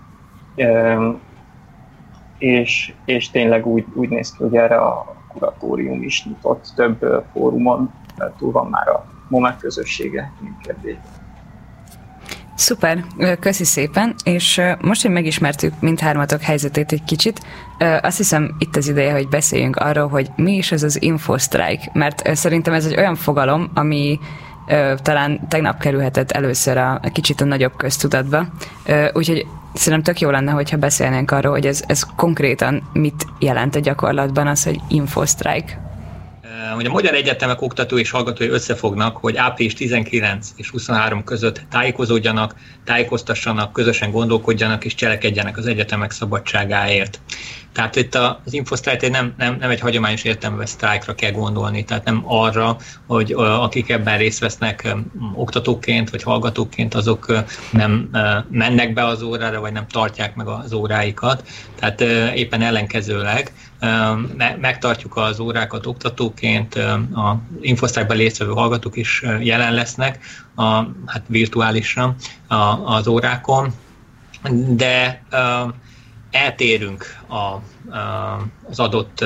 És tényleg úgy néz ki, hogy erre a kuratórium is nyitott több fórumon, túl van már a MOMEK közössége, mint kérdés. Szuper, köszi szépen, és most, hogy megismertük mindhármatok helyzetét egy kicsit, azt hiszem itt az ideje, hogy beszéljünk arról, hogy mi is ez az infosztrájk, mert szerintem ez egy olyan fogalom, ami talán tegnap kerülhetett először a kicsit a nagyobb köztudatba, úgyhogy szerintem tök jó lenne, hogyha beszélnénk arról, hogy ez konkrétan mit jelent a gyakorlatban az, hogy infosztrájk. Hogy a magyar egyetemek oktatói és hallgatói összefognak, hogy április 19 és 23 között tájékozódjanak, tájékoztassanak, közösen gondolkodjanak és cselekedjenek az egyetemek szabadságáért. Tehát itt az infosztrájk nem egy hagyományos értelemben sztrájkra kell gondolni, tehát nem arra, hogy akik ebben részt vesznek oktatóként vagy hallgatóként, azok nem mennek be az órára, vagy nem tartják meg az óráikat. Tehát éppen ellenkezőleg megtartjuk az órákat oktatóként, az infosztrájkban résztvevő hallgatók is jelen lesznek, hát virtuálisan az órákon, de eltérünk az adott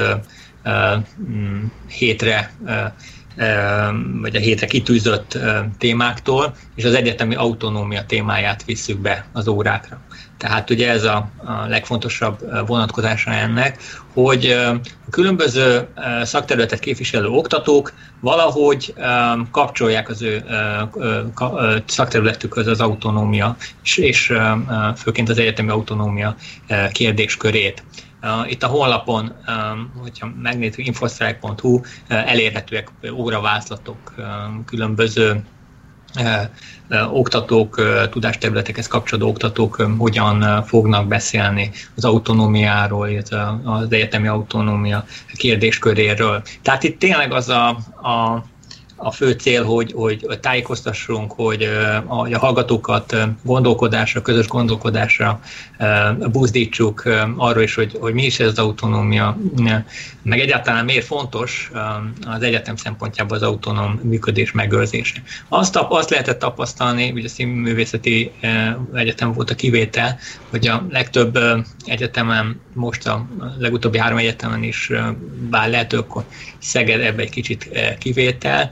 hétre, vagy a hétre kitűzött témáktól, és az egyetemi autonómia témáját visszük be az órákra. Tehát ugye ez a legfontosabb vonatkozása ennek, hogy a különböző szakterületet képviselő oktatók valahogy kapcsolják az ő szakterületükhöz az autonómia, és főként az egyetemi autonómia kérdéskörét. Itt a honlapon, hogyha megnézzük infosztrájk.hu, elérhetőek óravázlatok, különböző oktatók, tudásterületekhez kapcsolódó oktatók hogyan fognak beszélni az autonómiáról, illetve az egyetemi autonómia kérdésköréről. Tehát itt tényleg az a fő cél, hogy tájékoztassunk, hogy a hallgatókat gondolkodásra, közös gondolkodásra buzdítsuk arról is, hogy mi is ez az autonómia, meg egyáltalán miért fontos az egyetem szempontjából az autonóm működés megőrzése. Azt lehetett tapasztalni, ugye a Színművészeti Egyetem volt a kivétel, hogy a legtöbb egyetemen, most a legutóbbi 3 egyetemen is, bár lehet, akkor Szeged ebbe egy kicsit kivétel,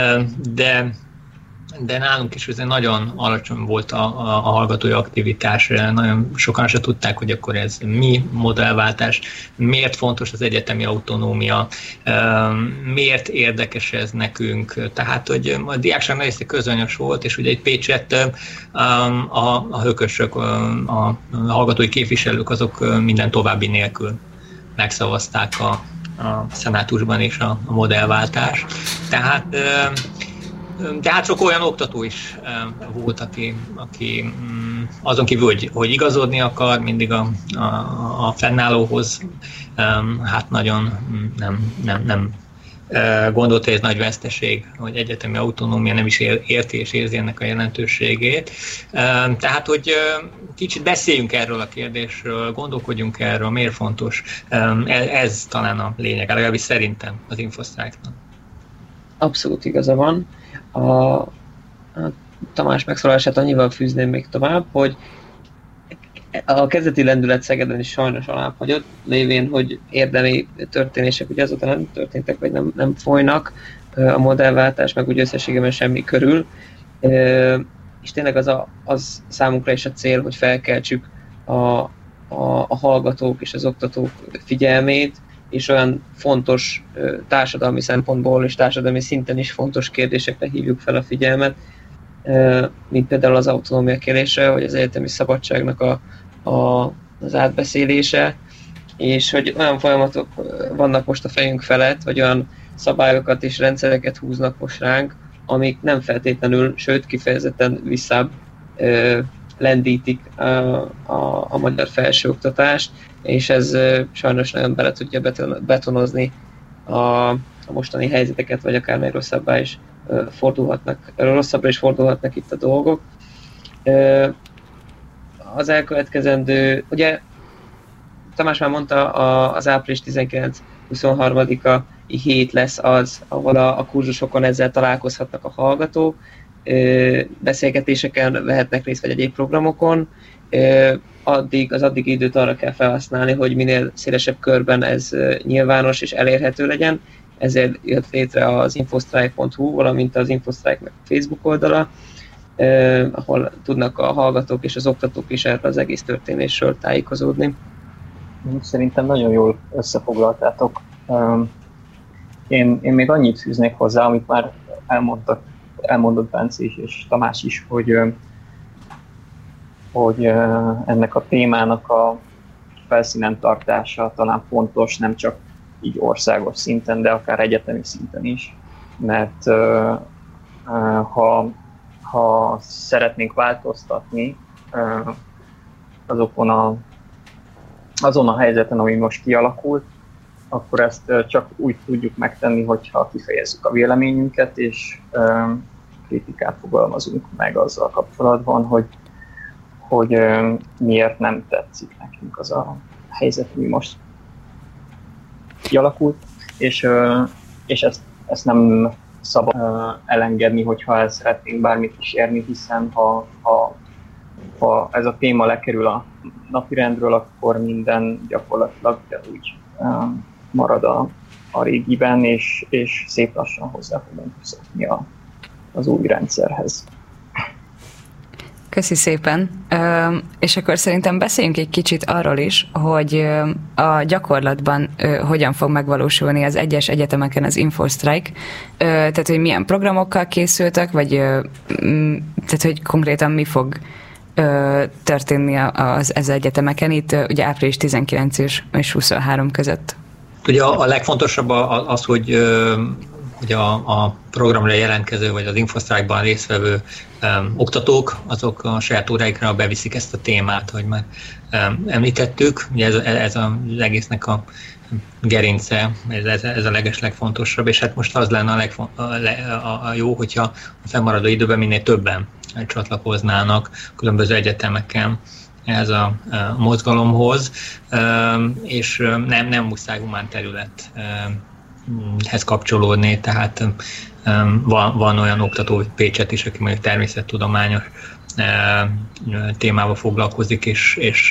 de nálunk is azért nagyon alacsony volt a hallgatói aktivitás, nagyon sokan se tudták, hogy akkor ez mi modellváltás, miért fontos az egyetemi autonómia, miért érdekes ez nekünk. Tehát, hogy a diákság nagy része közönyös volt, és ugye egy Pécsett a hökösök, a hallgatói képviselők, azok minden további nélkül megszavazták a szenátusban is a modellváltás. Tehát sok olyan oktató is volt, aki azon kívül, hogy igazodni akar mindig a fennállóhoz, hát nagyon nem gondolta, hogy ez nagy veszteség, hogy egyetemi autonómia, nem is érti és érzi ennek a jelentőségét. Tehát, hogy kicsit beszéljünk erről a kérdésről, gondolkodjunk erről, miért fontos. Ez talán a lényeg, legalábbis szerintem az infosztrájknak. Abszolút igaza van. A Tamás megszólalását annyival fűzném még tovább, hogy a kezdeti lendület Szegeden is sajnos alábbhagyott, lévén, hogy érdemi történések ugye azóta nem történtek, vagy nem folynak a modellváltás, meg úgy összességében semmi körül. És tényleg az számunkra is a cél, hogy felkeltsük a hallgatók és az oktatók figyelmét, és olyan fontos társadalmi szempontból és társadalmi szinten is fontos kérdésekre hívjuk fel a figyelmet, mint például az autonómia kérdése, vagy az egyetemi szabadságnak az átbeszélése, és hogy olyan folyamatok vannak most a fejünk felett, vagy olyan szabályokat és rendszereket húznak most ránk, amik nem feltétlenül, sőt kifejezetten visszább lendítik a magyar felsőoktatást, és ez sajnos nagyon bele tudja betonozni a mostani helyzeteket, vagy akár még rosszabbra is fordulhatnak itt a dolgok. Az elkövetkezendő, ugye Tamás már mondta, az április 19-23-a hét lesz az, ahol a kurzusokon ezzel találkozhatnak a hallgatók, beszélgetéseken vehetnek részt, vagy egyéb programokon. Az addigi időt arra kell felhasználni, hogy minél szélesebb körben ez nyilvános és elérhető legyen. Ezért jött létre az infosztrájk.hu, valamint az Infosztrájk Facebook oldala, ahol tudnak a hallgatók és az oktatók is erről az egész történésről tájékozódni. Szerintem nagyon jól összefoglaltátok. Én még annyit fűznék hozzá, amit már elmondott Bence is, és Tamás is, hogy ennek a témának a felszínen tartása talán fontos, nem csak így országos szinten, de akár egyetemi szinten is. Mert ha szeretnénk változtatni azokon azon a helyzeten, ami most kialakult, akkor ezt csak úgy tudjuk megtenni, hogyha kifejezzük a véleményünket, és kritikát fogalmazunk meg azzal kapcsolatban, hogy miért nem tetszik nekünk az a helyzet, ami most kialakult, és ezt nem szabad elengedni, hogyha el szeretnénk bármit is érni, hiszen ha ez a téma lekerül a napirendről, akkor minden gyakorlatilag úgy marad a régiben, és szép lassan hozzá fogunk szokni az új rendszerhez. Köszi szépen. És akkor szerintem beszéljünk egy kicsit arról is, hogy a gyakorlatban hogyan fog megvalósulni az egyes egyetemeken az InfoStrike, tehát hogy milyen programokkal készültek, vagy tehát hogy konkrétan mi fog történni az egyetemeken itt ugye április 19 és 23 között. Ugye a legfontosabb az, hogy a programra jelentkező, vagy az InfoStrike-ban résztvevő oktatók, azok a saját óráikra beviszik ezt a témát, hogy már említettük. Ugye ez az egésznek a gerince, ez a legeslegfontosabb, és hát most az lenne a jó, hogyha a fennmaradó időben minél többen csatlakoznának különböző egyetemeken ez a mozgalomhoz, és nem muszáj humán területhez kapcsolódni, tehát van olyan oktató Pécset is, aki mondjuk természettudományos témával foglalkozik, és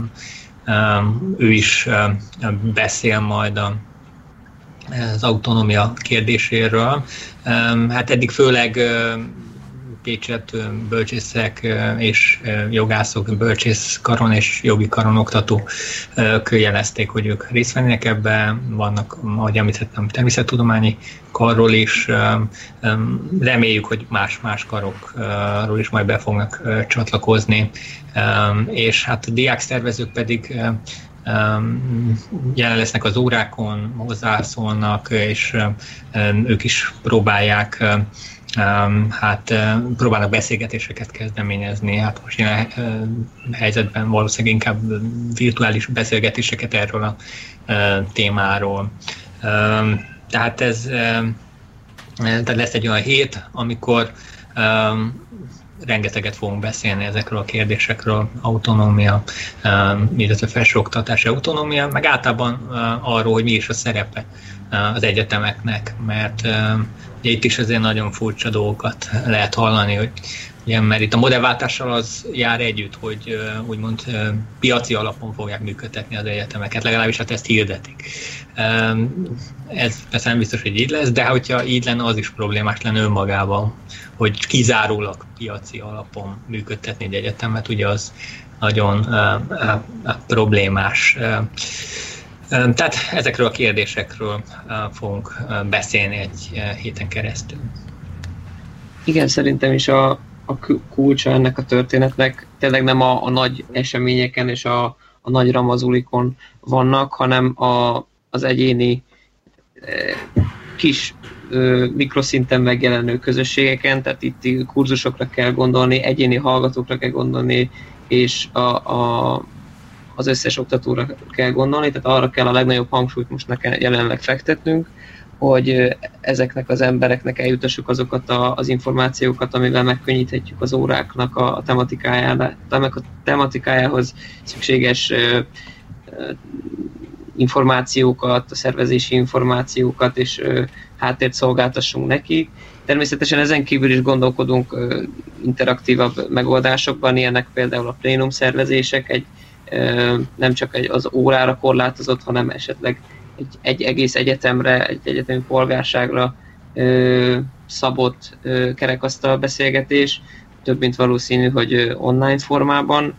ő is beszél majd az autonómia kérdéséről. Hát eddig főleg Pécset bölcsészek és jogászok, bölcsészkaron és jogi karon oktatók jelezték, hogy ők részt vennének ebben. Vannak, ahogy említettem, természettudományi karról is. Reméljük, hogy más karokról is majd be fognak csatlakozni. És hát a diákszervezők pedig jelen lesznek az órákon, hozzászólnak, és ők is próbálják próbálnak beszélgetéseket kezdeményezni. Hát most ilyen helyzetben valószínűleg inkább virtuális beszélgetéseket erről a témáról. Tehát tehát lesz egy olyan hét, amikor rengeteget fogunk beszélni ezekről a kérdésekről, autonómia, illetve felsőoktatási autonómia, meg általában arról, hogy mi is a szerepe az egyetemeknek, mert ugye itt is azért nagyon furcsa dolgokat lehet hallani, hogy ugye, mert itt a modellváltással az jár együtt, hogy úgymond piaci alapon fogják működtetni az egyetemeket, legalábbis hát ezt hirdetik. Ez persze nem biztos, hogy így lesz, de hogyha így lenne, az is problémás lenne önmagában, hogy kizárólag piaci alapon működtetni egy egyetemet, ugye az nagyon problémás. Tehát ezekről a kérdésekről fogunk beszélni egy héten keresztül. Igen, szerintem is a kulcsa ennek a történetnek tényleg nem a nagy eseményeken és a nagy ramazulikon vannak, hanem az egyéni kis mikroszinten megjelenő közösségeken, tehát itt kurzusokra kell gondolni, egyéni hallgatókra kell gondolni, és az összes oktatóra kell gondolni, tehát arra kell a legnagyobb hangsúlyt most jelenleg fektetnünk, hogy ezeknek az embereknek eljutassuk azokat az információkat, amivel megkönnyíthetjük az óráknak a tematikájához szükséges információkat, a szervezési információkat, és háttért szolgáltassunk nekik. Természetesen ezen kívül is gondolkodunk interaktívabb megoldásokban, ilyenek például a plénum szervezések, nem csak az órára korlátozott, hanem esetleg egy egész egyetemre, egy egyetemi polgárságra szabott kerekasztal beszélgetés, több mint valószínű, hogy online formában,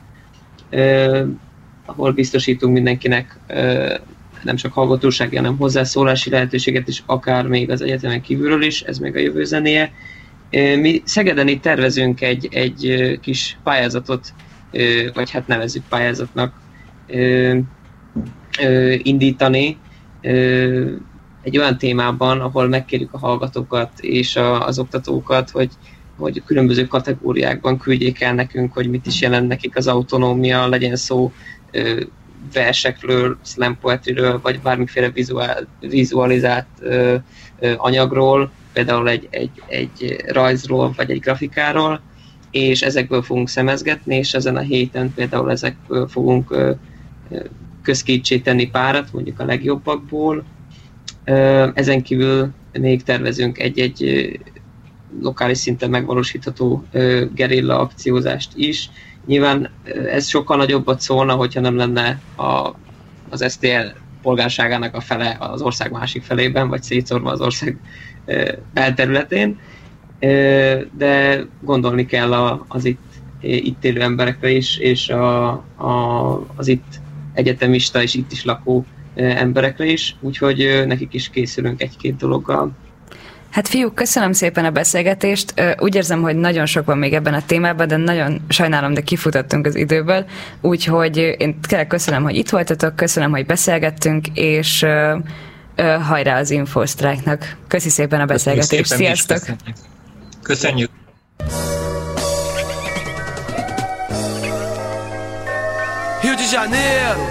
ahol biztosítunk mindenkinek nem csak hallgatósági, hanem hozzászólási lehetőséget is, akár még az egyetemen kívülről is, ez még a jövő zenéje. Mi Szegeden itt tervezünk egy kis pályázatot, vagy hát nevezzük pályázatnak, indítani egy olyan témában, ahol megkérjük a hallgatókat és az oktatókat, hogy különböző kategóriákban küldjék el nekünk, hogy mit is jelent nekik az autonómia, legyen szó versekről, slam poetryről, vagy bármiféle vizualizált anyagról, például egy rajzról, vagy egy grafikáról, és ezekből fogunk szemezgetni, és ezen a héten például ezekből fogunk közkétsé tenni párat, mondjuk a legjobbakból. Ezen kívül még tervezünk egy lokális szinten megvalósítható gerilla akciózást is. Nyilván ez sokkal nagyobbat szólna, hogyha nem lenne az STL polgárságának a fele az ország másik felében, vagy szétszórva az ország belterületén, de gondolni kell az itt élő emberekre is, és az itt egyetemista és itt is lakó emberekre is, úgyhogy nekik is készülünk egy-két dologgal. Hát fiúk, köszönöm szépen a beszélgetést. Úgy érzem, hogy nagyon sok van még ebben a témában, de nagyon sajnálom, de kifutottunk az időből. Úgyhogy én tényleg köszönöm, hogy itt voltatok, köszönöm, hogy beszélgettünk, és hajrá az Infosztrájknak. Köszi szépen a beszélgetést. Sziasztok! Köszönjük! Rio de Janeiro,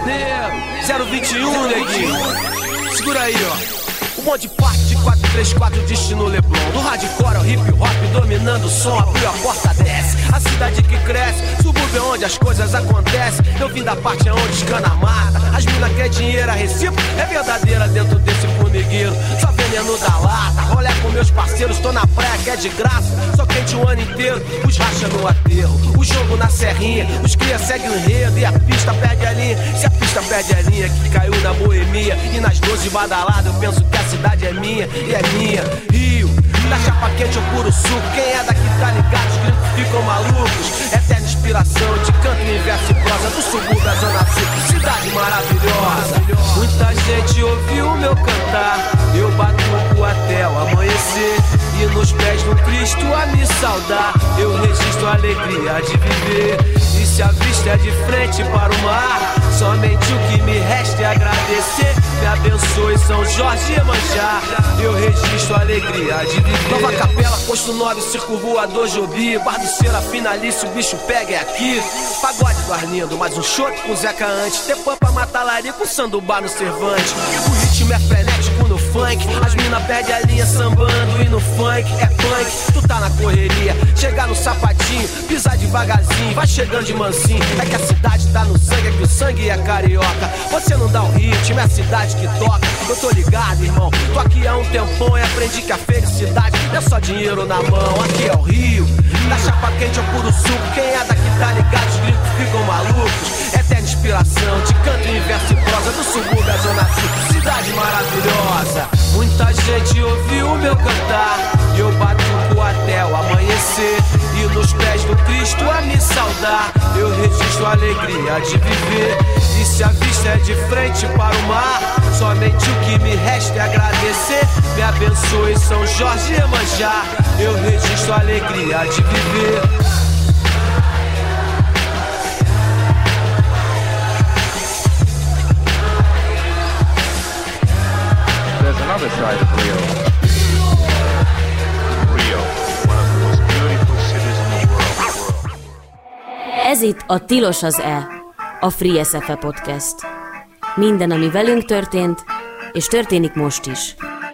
021, neguinho. Segura aí, ó. Monte parte de 434 destino Leblon. Do hardcore ao hip hop dominando o som, abriu a porta, desce. A cidade que cresce, subúrbio onde as coisas acontecem. Eu vim da parte onde escana mata. As mina quer dinheiro, a recíproca é verdadeira dentro desse formigueiro. Só veneno da lata, rolé com meus parceiros, tô na praia que é de graça. Só quente o ano inteiro, os racha no aterro. O jogo na serrinha, os cria seguem o enredo. E a pista perde a linha, se a pista perde a linha, que caiu na boemia. E nas 12 badaladas eu penso que a cidade é minha e é minha. Rio, da chapa quente ou puro suco. Quem é daqui tá ligado, os gringos ficam malucos. Eterna inspiração de canto em verso e prosa do subúrbio da Zona Sul. Cidade maravilhosa. Muita gente ouviu o meu cantar. Eu batuco até o amanhecer. E nos pés do Cristo a me saudar. Eu registro a alegria de viver. E se a vista é de frente para o mar, somente o que me resta é agradecer. Me abençoe São Jorge e Iemanjá. Eu registro a alegria de viver. Nova Capela, posto 9, circo voador Jobi. Bar do Serafina Alice, o bicho pega é aqui. Pagode do Arlindo, mais um shot com Zeca antes. Ter pampa matalari com Sandubar no Cervante. O ritmo é frenético no funk. As mina perde a linha sambando. E no funk é punk, tu tá na correria. Chegar no sapatinho, pisar devagarzinho. Vai chegando de mansinho. É que a cidade tá no sangue, é que o sangue é carioca. Você não dá o ritmo, é a cidade que toca. Eu tô ligado, irmão. Tô aqui há um tempão e aprendi que a felicidade não é só dinheiro na mão. Aqui é o Rio, da chapa quente ao puro suco. Quem é daqui tá ligado, os gringos ficam malucos. Eterna inspiração de canto em verso e prosa do subúrbio da Zona Sul. Cidade maravilhosa. Muita gente ouviu o meu cantar. E eu batuco até o amanhecer. E nos pés do Cristo a me saudar. Eu registro a alegria de viver. E se a vista é de frente para o mar, somente o que me resta é agradecer. Me abençoe São Jorge e Iemanjá. Eu registro a alegria de viver. There's another side of Rio. Rio, one of the most beautiful cities in the world. Ez itt a Tilos az E, a Free SFE Podcast. Minden, ami velünk történt, és történik most is.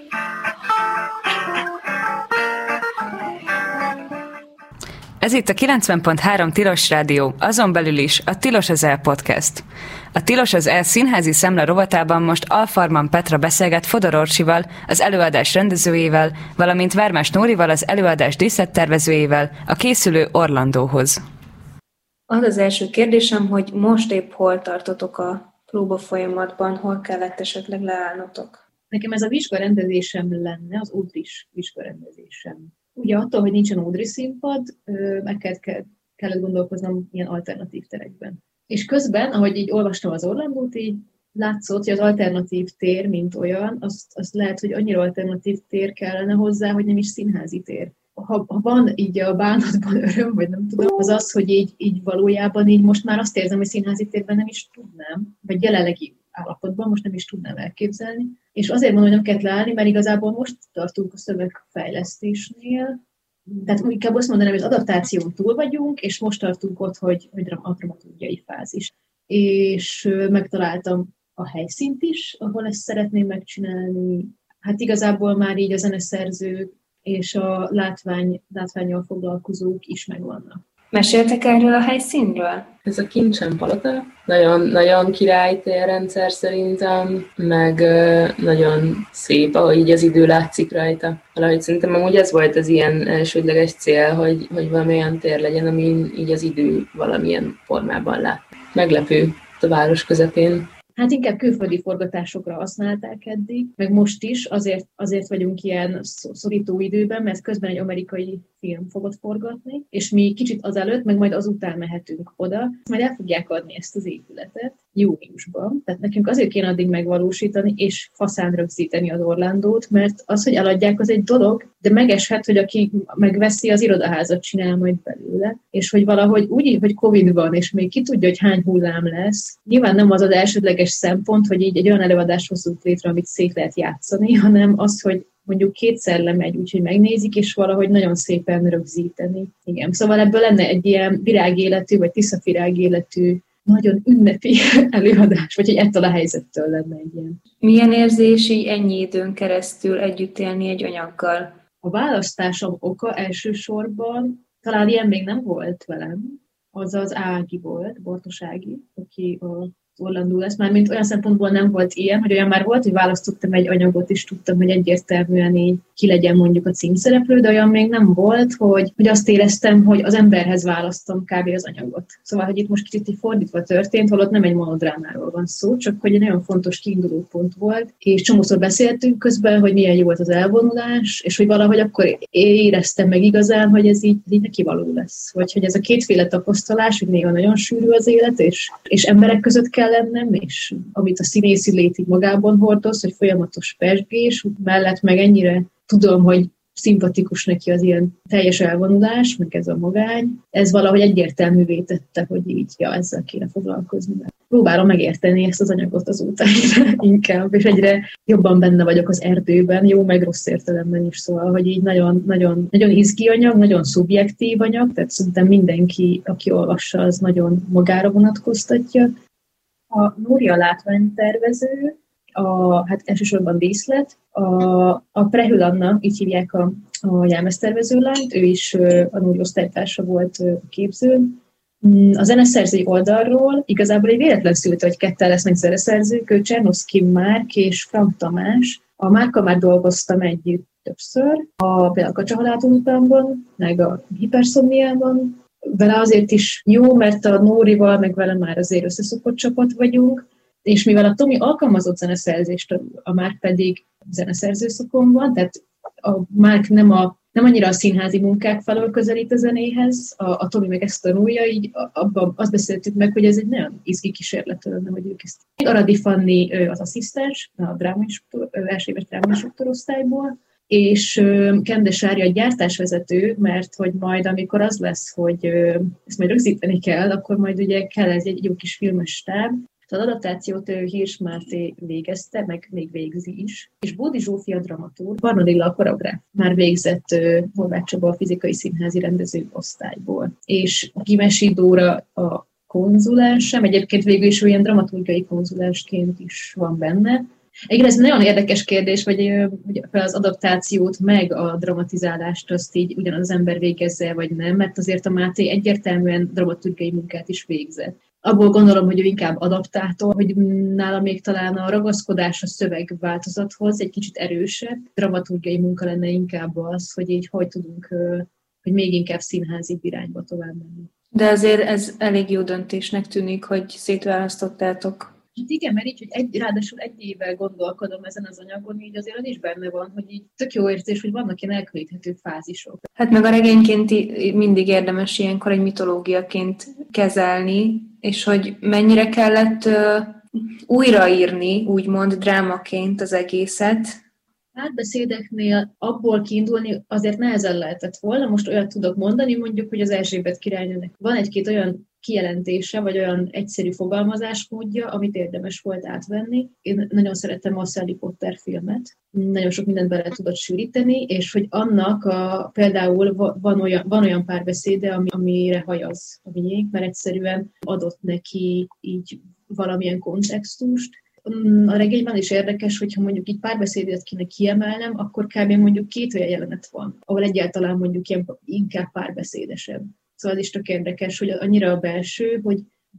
Ez itt a 90.3 Tilos Rádió, azon belül is a Tilos az E Podcast. A Tilos az E színházi szemle rovatában most Alfarman Petra beszélget Fodor Orsival, az előadás rendezőjével, valamint Vermás Nórival, az előadás díszlettervezőjével a készülő Orlandóhoz. Az első kérdésem, hogy most épp hol tartotok a próba folyamatban, hol kellett esetleg leállnotok? Nekem ez a vizsgarendezésem lenne, az Udris vizsgarendezésem. Ugye attól, hogy nincsen Udris színpad, meg kellett gondolkoznom ilyen alternatív terekben. És közben, ahogy így olvastam az Orlandót, így látszott, hogy az alternatív tér, mint olyan, azt lehet, hogy annyira alternatív tér kellene hozzá, hogy nem is színházi tér. Ha van így a bánatban öröm, vagy nem tudom, az az, hogy így valójában így most már azt érzem, hogy színházi térben nem is tudnám, vagy jelenlegi állapotban most nem is tudnám elképzelni. És azért mondom, hogy nem kellett leállni, mert igazából most tartunk a szövegfejlesztésnél. Tehát inkább azt mondanám, hogy az adaptáción túl vagyunk, és most tartunk ott, hogy a dramaturgiai fázis. és megtaláltam a helyszínt is, ahol ezt szeretném megcsinálni. Hát igazából már így a zeneszerzők és a látvánnyal foglalkozók is megvannak. Meséltek erről a helyszínről? Ez a Kincsen palota, nagyon király térrendszer szerintem, meg nagyon szép, ahogy így az idő látszik rajta. Valahogy szerintem amúgy ez volt az ilyen elsődleges cél, hogy valamilyen tér legyen, amin így az idő valamilyen formában lát. Meglepő a város közepén. Hát inkább külföldi forgatásokra használták eddig, meg most is, azért vagyunk ilyen szorító időben, mert közben egy amerikai film fogod forgatni, és mi kicsit azelőtt, meg majd azután mehetünk oda, majd el fogják adni ezt az épületet júniusban. Tehát nekünk azért kéne addig megvalósítani, és faszán rögzíteni az Orlandót, mert az, hogy eladják, az egy dolog, de megeshet, hogy aki megveszi, az irodaházat csinál majd belőle, és hogy valahogy úgy, hogy Covid van, és még ki tudja, hogy hány hullám lesz. Nyilván nem az az elsődleges szempont, hogy így egy olyan előadást hozzunk létre, amit szét lehet játszani, hanem az, hogy mondjuk kétszer lemegy, úgyhogy megnézik, és valahogy nagyon szépen rögzíteni. Igen, szóval ebből lenne egy ilyen virágéletű, vagy tiszavirágéletű, nagyon ünnepi előadás, vagy egy ettől a helyzettől lenne egy ilyen. Milyen érzés így ennyi időn keresztül együtt élni egy anyaggal? A választásom oka elsősorban, talán ilyen még nem volt velem, az az Ági volt, Bortos Ági, aki a Orlandó lesz, mármint olyan szempontból nem volt ilyen, hogy olyan már volt, hogy választottam egy anyagot, és tudtam, hogy egyértelműen így ki legyen mondjuk a címszereplő, de olyan még nem volt, hogy azt éreztem, hogy az emberhez választom kb. Az anyagot. Szóval, hogy itt most kicsit így fordítva történt, holott nem egy monodrámáról van szó, csak hogy egy nagyon fontos kiinduló pont volt, és csomószor beszéltünk közben, hogy milyen jó volt az elvonulás, és hogy valahogy akkor éreztem meg igazán, hogy ez így neki való lesz. Vagy hogy ez a kétféle tapasztalás, hogy néha nagyon sűrű az élet, és emberek között kell lennem, és amit a színészi létig magában hordoz, hogy folyamatos pezsgés, mellett meg ennyire tudom, hogy szimpatikus neki az ilyen teljes elvonulás, meg ez a magány. Ez valahogy egyértelművé tette, hogy így, ezzel kéne foglalkozni. Próbálom megérteni ezt az anyagot azóta inkább, és egyre jobban benne vagyok az erdőben, jó meg rossz értelemben is, szóval, hogy így nagyon, nagyon, nagyon izgi anyag, nagyon szubjektív anyag, tehát szerintem mindenki, aki olvassa, az nagyon magára vonatkoztatja. A Núria látványtervező, hát elsősorban díszlet, a Prehül Anna, így hívják a jelmeztervező lányt, ő is a Núri osztálytársa volt a képzőn. A zeneszerzői oldalról igazából egy véletlen szült, hogy ketten lesznek zeneszerzők, ő Csernoszky Márk és Frank Tamás. A Márkkal már dolgoztam együtt többször, például a Kacsahaláltól meg a Hiperszomniában. Vele azért is jó, mert a Nórival, meg vele már azért összeszokott csapat vagyunk, és mivel a Tomi alkalmazott zeneszerzést, a Márk pedig zeneszerző szakon van, tehát a Márk nem annyira a színházi munkák felől közelít a zenéhez, a Tomi meg ezt tanulja, így abban azt beszéltük meg, hogy ez egy nagyon izgi kísérlet lenne, hogy ők ezt. Aradi Fanni az asszisztens, a első éves drámainstruktor osztályból, és Kendes Ári a gyártásvezető, mert hogy majd amikor az lesz, hogy ezt majd rögzíteni kell, akkor majd ugye kell ez egy jó kis filmes stáb. Az adaptációt Hirsch Máté végezte, meg még végzi is. És Bódi Zsófia dramaturg, Barnadilla a koreográf, már végzett Horváth Csaba a fizikai színházi rendező osztályból. És Gimesi Dóra a konzulánsem, egyébként végül is olyan dramaturgiai konzulásként is van benne. Egyébként ez nagyon érdekes kérdés, hogy az adaptációt meg a dramatizálást azt így ugyanaz az ember végezze, vagy nem, mert azért a Máté egyértelműen dramaturgiai munkát is végzett. Abból gondolom, hogy ő inkább adaptátor, hogy nála még talán a ragaszkodás a szövegváltozathoz egy kicsit erősebb. Dramaturgiai munka lenne inkább az, hogy így hogy tudunk, hogy még inkább színházi irányba tovább menni. De azért ez elég jó döntésnek tűnik, hogy szétválasztottátok. Hát igen, mert így, hogy ráadásul egy éve gondolkodom ezen az anyagon, így azért az is benne van, hogy így tök jó érzés, hogy vannak ilyen elkülöníthető fázisok. Hát meg a regényként mindig érdemes ilyenkor egy mitológiaként kezelni, és hogy mennyire kellett újraírni, úgymond drámaként az egészet. Átbeszédeknél abból kiindulni azért nehezen lehetett volna, most olyat tudok mondani, mondjuk, hogy az Erzsébet királynőnek van egy-két olyan kijelentése, vagy olyan egyszerű fogalmazásmódja, amit érdemes volt átvenni. Én nagyon szerettem a Sally Potter filmet, nagyon sok mindent bele tudott sűríteni, és hogy annak például van olyan párbeszéde, amire hajaz a miénk, mert egyszerűen adott neki így valamilyen kontextust. A regényben is érdekes, hogyha mondjuk így párbeszédet kéne kiemelnem, akkor kb. Mondjuk 2 olyan jelenet van, ahol egyáltalán mondjuk ilyen inkább párbeszédesebb. Szóval az is tök érdekes, hogy annyira a belső, hogy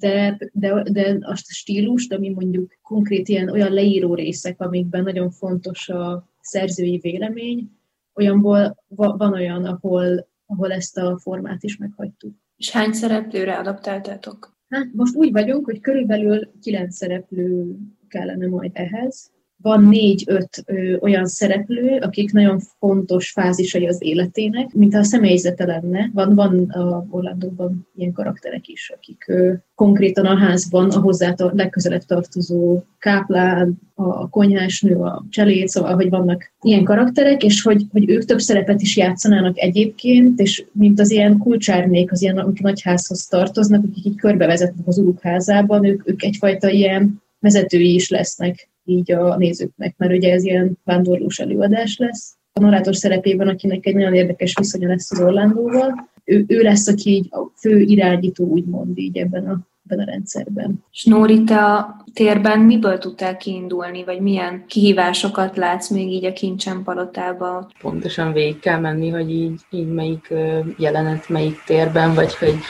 de azt a stílust, ami mondjuk konkrét ilyen olyan leíró részek, amikben nagyon fontos a szerzői vélemény, olyanból van olyan, ahol ezt a formát is meghagytuk. És hány szereplőre adaptáltátok? Hát most úgy vagyunk, hogy körülbelül 9 szereplő kellene majd ehhez. Van 4-5 olyan szereplő, akik nagyon fontos fázisai az életének, mintha a személyzete lenne. Van a Orlandóban ilyen karakterek is, akik konkrétan a házban a hozzá legközelebb tartozó káplán, a konyhásnő, a cseléd, szóval, hogy vannak ilyen karakterek, és hogy ők több szerepet is játszanának egyébként, és mint az ilyen kulcsárnék, az ilyen, amik nagyházhoz tartoznak, akik így körbevezetnek az urukházában, ők egyfajta ilyen vezetői is lesznek így a nézőknek, mert ugye ez ilyen vándorlós előadás lesz. A narrátor szerepében, akinek egy nagyon érdekes viszonya lesz az Orlandóval, ő lesz, aki így a fő irányító, úgymond így ebben a rendszerben. És Nóri, te a térben miből tudtál kiindulni, vagy milyen kihívásokat látsz még így a Kincsen palotában? Pontosan végig kell menni, hogy így melyik jelenet, melyik térben, vagy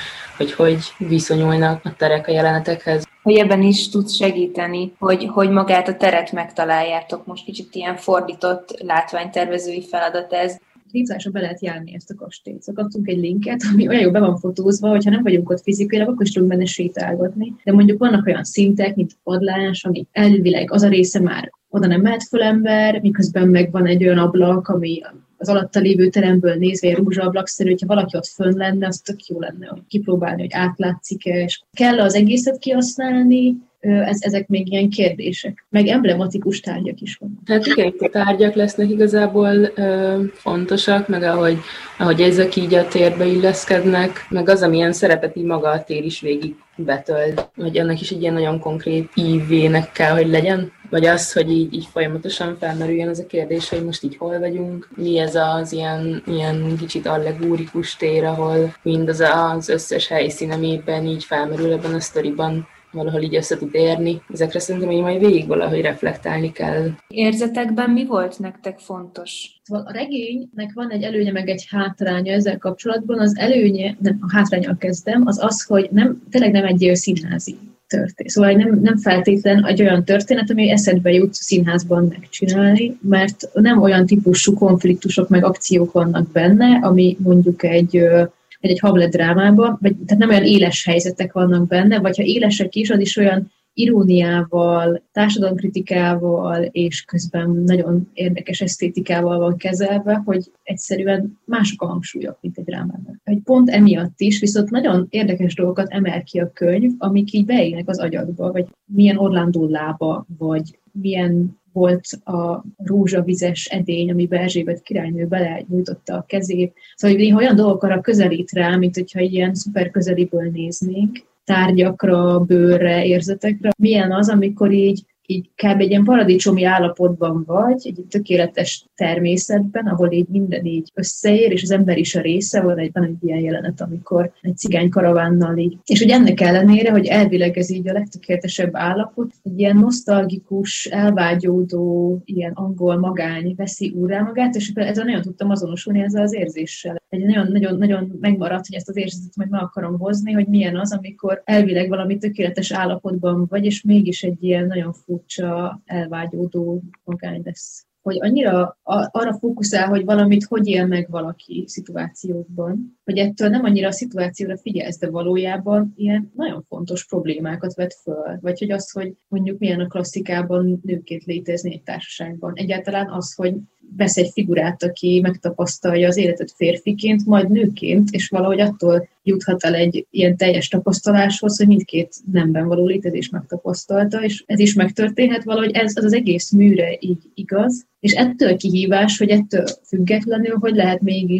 hogy viszonyulnak a terek a jelenetekhez. Hogy ebben is tudsz segíteni, hogy magát a teret megtaláljátok. Most kicsit ilyen fordított látványtervezői feladat ez. Képzásra be lehet járni ezt a kastélyt. Szóval kaptunk egy linket, ami olyan jó be van fotózva, hogyha nem vagyunk ott fizikailag, akkor is tudunk benne sétálgatni. De mondjuk vannak olyan szintek, mint padlás, ami elvileg az a része már oda nem mehet föl ember, miközben meg van egy olyan ablak, ami az alatta lévő teremből nézve egy rózsaablakszerű, hogyha valaki ott fönn lenne, az tök jó lenne, hogy kipróbálni, hogy átlátszik-e, és kell az egészet kihasználni, ezek még ilyen kérdések. Meg emblematikus tárgyak is vannak. Hát igen, a tárgyak lesznek igazából fontosak, meg ahogy ezek így a térbe illeszkednek, meg az, amilyen szerepet így maga a tér is végig betölt, hogy ennek is egy ilyen nagyon konkrét ívének kell, hogy legyen. Vagy az, hogy így folyamatosan felmerüljön ez a kérdés, hogy most így hol vagyunk, mi ez az ilyen kicsit allegórikus tér, ahol mindaz az összes helyszín, amiben így felmerül ebben a sztoriban, valahol így össze tud érni. Ezekre szerintem így majd végig valahogy reflektálni kell. Érzetekben mi volt nektek fontos? Szóval a regénynek van egy előnye, meg egy hátránya ezzel kapcsolatban. Az előnye, nem, a hátránnyal kezdem, az, hogy tényleg nem egy színházi történet. Szóval nem feltétlen egy olyan történet, ami eszedbe jut színházban megcsinálni, mert nem olyan típusú konfliktusok meg akciók vannak benne, ami mondjuk egy Hamlet drámában, tehát nem olyan éles helyzetek vannak benne, vagy ha élesek is, az is olyan iróniával, társadalomkritikával, és közben nagyon érdekes esztétikával van kezelve, hogy egyszerűen mások a hangsúlyok, mint egy drámában. Pont emiatt is, viszont nagyon érdekes dolgokat emel ki a könyv, amik így beégnek az agyadba, vagy milyen Orlandó lába, vagy milyen volt a rózsavizes edény, amiben Erzsébet királynő belenyújtotta a kezét. Szóval néha olyan dolgokra közelít rá, mint hogyha ilyen szuper közeliből néznénk, tárgyakra, bőrre, érzetekre. Milyen az, amikor így kb. Egy ilyen paradicsomi állapotban vagy, egy tökéletes természetben, ahol így minden így összeér, és az ember is a része, van egy ilyen jelenet, amikor egy cigány karavánnal így. És hogy ennek ellenére, hogy elvileg ez így a legtökéletesebb állapot, egy ilyen nosztalgikus, elvágyódó, ilyen angol magány veszi úrrá magát, és ezzel nagyon tudtam azonosulni ezzel az érzéssel. Egy nagyon megmaradt, hogy ezt az érzetet majd meg akarom hozni, hogy milyen az, amikor elvileg valami tökéletes állapotban vagy, és mégis egy ilyen nagyon furcsa, elvágyódó magány lesz. Hogy annyira arra fókuszál, hogy valamit hogy él meg valaki szituációkban, hogy ettől nem annyira a szituációra figyelsz, de valójában ilyen nagyon fontos problémákat vet föl. Vagy hogy az, hogy mondjuk milyen a klasszikában nőként létezni egy társaságban. Egyáltalán az, hogy vesz egy figurát, aki megtapasztalja az életet férfiként, majd nőként, és valahogy attól juthat el egy ilyen teljes tapasztaláshoz, hogy mindkét nemben való létezés megtapasztalta, és ez is megtörténhet valahogy, ez az egész műre így igaz, és ettől kihívás, hogy ettől függetlenül, hogy lehet mégis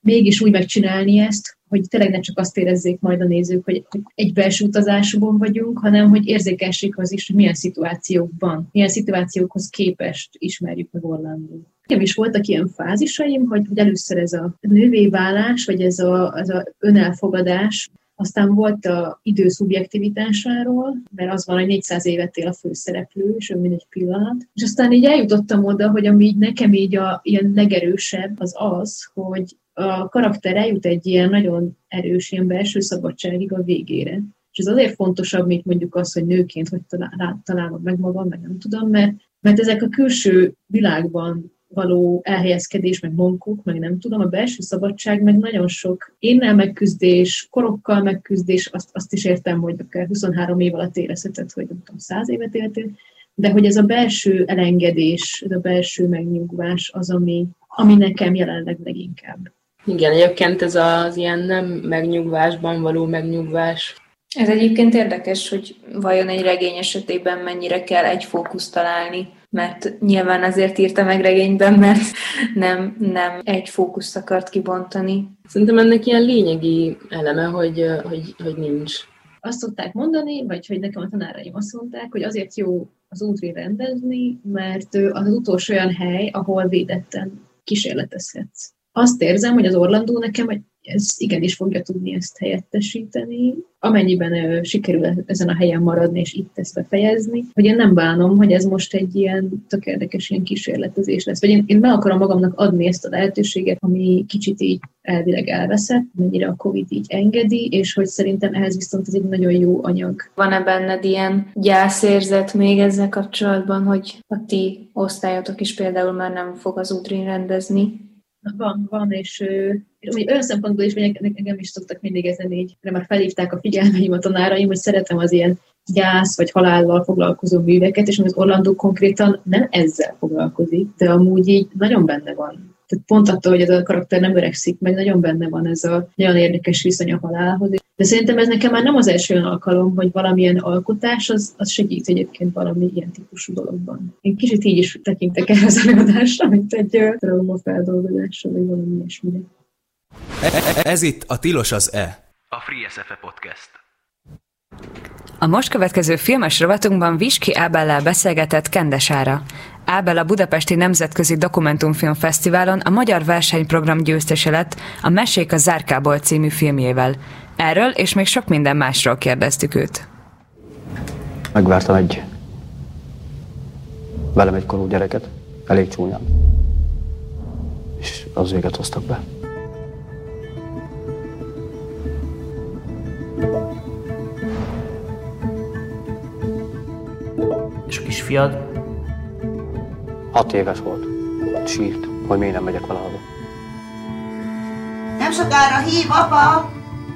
mégis úgy megcsinálni ezt, hogy tényleg ne csak azt érezzék majd a nézők, hogy egy belső utazásban vagyunk, hanem hogy érzékelség az is, hogy milyen szituációkban, milyen szituációkhoz képest ismerjük meg Orlandót. Nekem is voltak ilyen fázisaim, hogy először ez a nővé válás, vagy ez a önelfogadás, aztán volt a idő szubjektivitásáról, mert az van, hogy 400 évet él a főszereplő, és ön mindegy pillanat. És aztán így eljutottam oda, hogy ami nekem így ilyen legerősebb az, hogy a karakter eljut egy ilyen nagyon erős, ilyen belső szabadságig a végére. És ez azért fontosabb, mint mondjuk az, hogy nőként hogy találom meg magam, meg nem tudom, mert ezek a külső világban való elhelyezkedés, meg munkuk, meg nem tudom, a belső szabadság, meg nagyon sok énnel megküzdés, korokkal megküzdés, azt is értem, hogy akár 23 év alatt érezheted, hogy nem tudom, 100 évet éltél, de hogy ez a belső elengedés, ez a belső megnyugvás az, ami nekem jelenleg leginkább. Igen, egyébként ez az ilyen nem megnyugvásban való megnyugvás. Ez egyébként érdekes, hogy vajon egy regény esetében mennyire kell egy fókuszt találni, mert nyilván azért írta meg regényben, mert nem egy fókuszt akart kibontani. Szerintem ennek ilyen lényegi eleme, hogy nincs. Azt szokták mondani, vagy hogy nekem a tanáraim azt mondták, hogy azért jó az útri rendezni, mert az utolsó olyan hely, ahol védetten kísérletezhetsz. Azt érzem, hogy az Orlandó nekem ez igenis fogja tudni ezt helyettesíteni, amennyiben sikerül ezen a helyen maradni, és itt ezt befejezni, hogy én nem bánom, hogy ez most egy ilyen tök érdekes ilyen kísérletezés lesz. Vagy én meg akarom magamnak adni ezt a lehetőséget, ami kicsit így elvileg elveszett, mennyire a Covid így engedi, és hogy szerintem ehhez viszont ez egy nagyon jó anyag. Van-e benned ilyen gyászérzet még ezzel kapcsolatban, hogy a ti osztályotok is például már nem fog az útrin rendezni? Van, és olyan szempontból is, hogy engem is szoktak mindig ezen így, mert már felhívták a figyelmeim a tanáraim, hogy szeretem az ilyen gyász vagy halállal foglalkozó műveket, és az Orlandó konkrétan nem ezzel foglalkozik, de amúgy így nagyon benne van. Tehát pont attól, hogy ez a karakter nem öregszik, meg nagyon benne van ez a nagyon érdekes viszony a halálhoz. De szerintem ez nekem már nem az első olyan alkalom, hogy valamilyen alkotás, az segít egyébként valami ilyen típusú dologban. Én kicsit így is tekintek erre az előadásra, mint egy traumafeldolgozásra, vagy valami ilyesmire. Ez itt a Tilos az E. A Free SFE Podcast. A most következő filmes rovatunkban Viski Ábellel beszélgetett Kendesára. Ábel a Budapesti Nemzetközi Dokumentumfilm Fesztiválon a magyar versenyprogram győztese lett a Mesék a Zárkából című filmjével. Erről és még sok minden másról kérdeztük őt. Megvártam velem egy korú gyereket, elég csúnyán. És az véget hoztak be. És a kisfiad? 6 éves volt. Sírt, hogy miért nem megyek vele haza. Nem sokára hív, apa!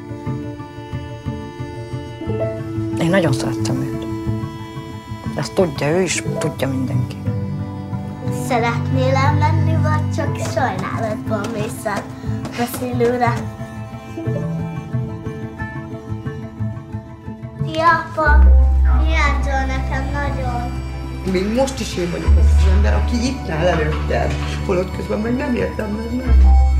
Én nagyon szerettem őt. Ezt tudja ő is, tudja mindenki. Szeretnél lenni, vagy csak sajnálatban mész el beszélőre? Szia, apa! Hiányzol nekem nagyon. Még most is én vagyok az ember, aki itt áll előtted. Holott közben meg nem értem meg.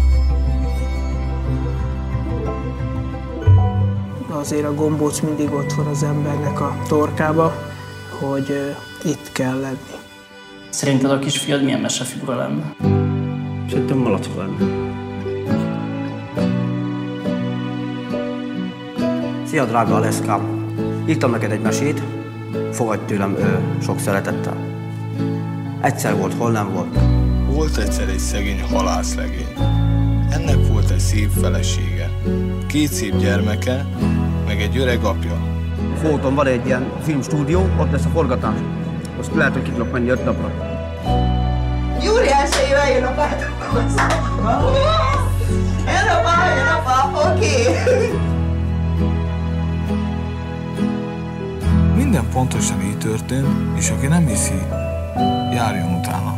Azért a gombóc mindig ott van az embernek a torkába, hogy itt kell lenni. Szerinted a kisfiad milyen mesefigura lenne? Szerintem malac lenne. Szia, drága Aleszkám! Írtam neked egy mesét, fogadj tőlem sok szeretettel. Egyszer volt, hol nem volt. Volt egyszer egy szegény halászlegény. Ennek volt egy szép felesége, 2 szép gyermeke, meg egy öreg apja. Fóton van egy ilyen filmstúdió, ott lesz a forgatás. Azt lehet, hogy ki tudok menni 5 napra. Júliusra jön a pártokhoz. Jön a pár, oké. Minden pontosan így történt, és aki nem hiszi, járjon utána.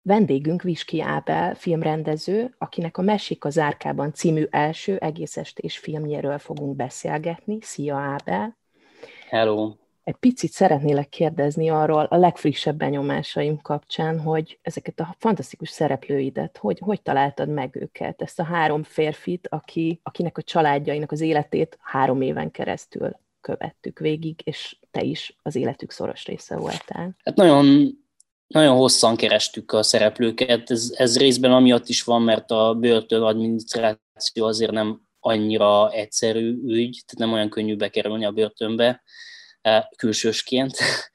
Vendégünk Viski Ábel filmrendező, akinek a Mesék az árkában című első egész estés filmjéről fogunk beszélgetni. Szia Ábel! Hello! Egy picit szeretnélek kérdezni arról a legfrissebb benyomásaim kapcsán, hogy ezeket a fantasztikus szereplőidet, hogy találtad meg őket, ezt a 3 férfit, akinek a családjainak az életét 3 éven keresztül követtük végig, és te is az életük szoros része voltál. Hát nagyon hosszan kerestük a szereplőket, ez részben amiatt is van, mert a börtönadminisztráció azért nem annyira egyszerű ügy, tehát nem olyan könnyű bekerülni a börtönbe külsősként,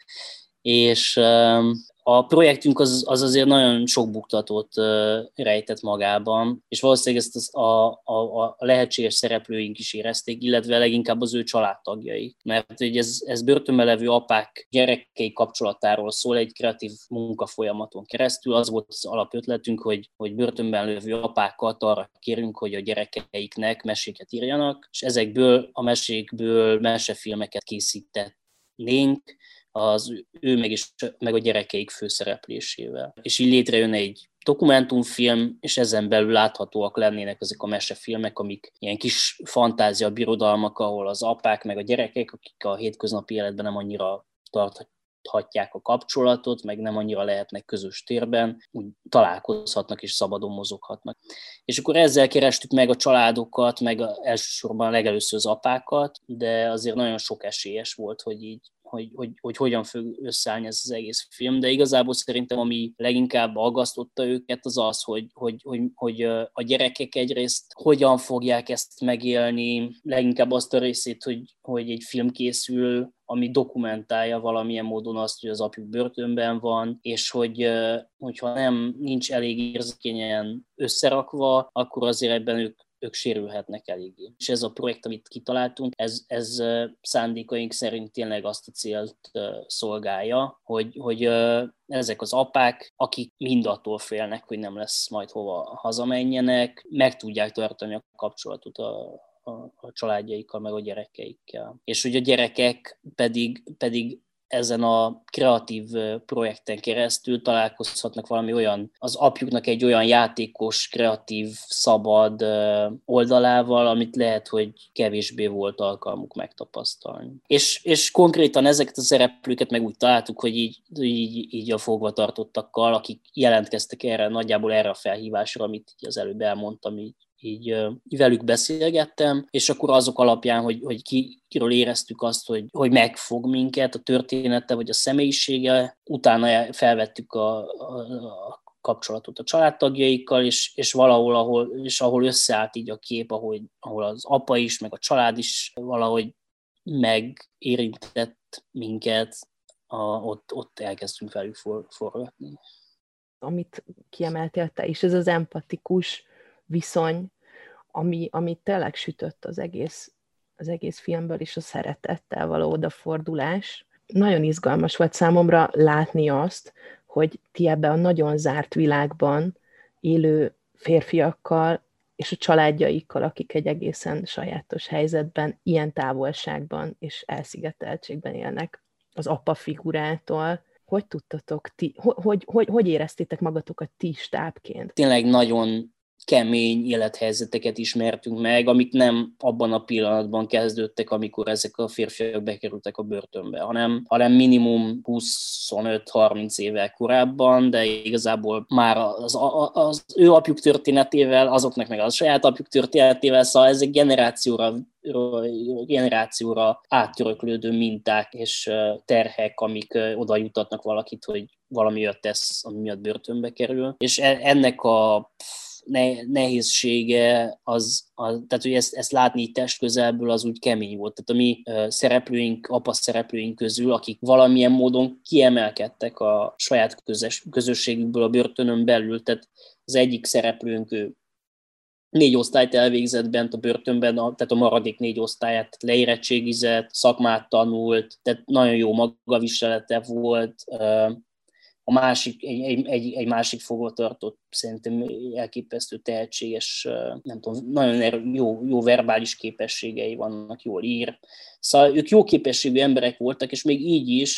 és a projektünk az azért nagyon sok buktatót rejtett magában, és valószínűleg ezt a lehetséges szereplőink is érezték, illetve leginkább az ő családtagjai. Mert ugye ez börtönben levő apák gyerekei kapcsolatáról szól egy kreatív munkafolyamaton keresztül. Az volt az alapötletünk, hogy börtönben levő apákat arra kérünk, hogy a gyerekeiknek meséket írjanak, és ezekből a mesékből mesefilmeket készítenénk, ő meg a gyerekeik főszereplésével. És így létrejön egy dokumentumfilm, és ezen belül láthatóak lennének ezek a mesefilmek, amik ilyen kis fantázia birodalmak, ahol az apák meg a gyerekek, akik a hétköznapi életben nem annyira tarthatják a kapcsolatot, meg nem annyira lehetnek közös térben, úgy találkozhatnak és szabadon mozoghatnak. És akkor ezzel kerestük meg a családokat, meg elsősorban legelőször az apákat, de azért nagyon sok esélyes volt, hogy hogyan fog összeállni ez az egész film, de igazából szerintem ami leginkább aggasztotta őket az, hogy a gyerekek egyrészt hogyan fogják ezt megélni, leginkább azt a részét, hogy egy film készül, ami dokumentálja valamilyen módon azt, hogy az apjuk börtönben van, és hogyha nincs elég érzékenyen összerakva, akkor azért ebben ők sérülhetnek eléggé. És ez a projekt, amit kitaláltunk, ez szándékaink szerint tényleg azt a célt szolgálja, hogy ezek az apák, akik mind attól félnek, hogy nem lesz majd hova hazamenjenek, meg tudják tartani a kapcsolatot a családjaikkal, meg a gyerekeikkel. És hogy a gyerekek pedig ezen a kreatív projekten keresztül találkozhatnak valami olyan, az apjuknak egy olyan játékos, kreatív, szabad oldalával, amit lehet, hogy kevésbé volt alkalmuk megtapasztalni. És konkrétan ezeket a szereplőket meg úgy találtuk, hogy így a fogvatartottakkal, akik jelentkeztek nagyjából erre a felhívásra, amit így az előbb elmondtam, így velük beszélgettem, és akkor azok alapján, hogy kiről éreztük azt, hogy megfog minket a története, vagy a személyisége, utána felvettük a kapcsolatot a családtagjaikkal, és valahol, ahol összeállt így a kép, ahol az apa is, meg a család is valahogy megérintett minket, ott elkezdtünk velük forgatni. Amit kiemeltél te is, ez az empatikus viszony, ami tényleg sütött az egész filmből, és a szeretettel való odafordulás. Nagyon izgalmas volt számomra látni azt, hogy ti ebben a nagyon zárt világban élő férfiakkal és a családjaikkal, akik egy egészen sajátos helyzetben, ilyen távolságban és elszigeteltségben élnek az apa figurától. Hogy tudtatok ti, hogy éreztétek magatokat ti stábként? Tényleg nagyon kemény élethelyzeteket ismertünk meg, amik nem abban a pillanatban kezdődtek, amikor ezek a férfiak bekerültek a börtönbe, hanem minimum 25-30 évvel korábban, de igazából már az ő apjuk történetével, azoknak meg a saját apjuk történetével, szóval ezek generációra áttöröklődő minták és terhek, amik oda jutatnak valakit, hogy valami olyat tesz, ami miatt börtönbe kerül. És ennek a nehézsége tehát hogy ezt látni így testközelből, az úgy kemény volt. Tehát a mi apa szereplőink közül, akik valamilyen módon kiemelkedtek a saját közösségükből a börtönön belül, tehát az egyik szereplőnk, ő 4 osztályt elvégzett bent a börtönben, tehát a maradék 4 osztályát leérettségizett, szakmát tanult, tehát nagyon jó magaviselete volt. A másik, egy másik fogvatartott szerintem elképesztő tehetséges, nem tudom, nagyon jó verbális képességei vannak, jól ír. Szóval ők jó képességű emberek voltak, és még így is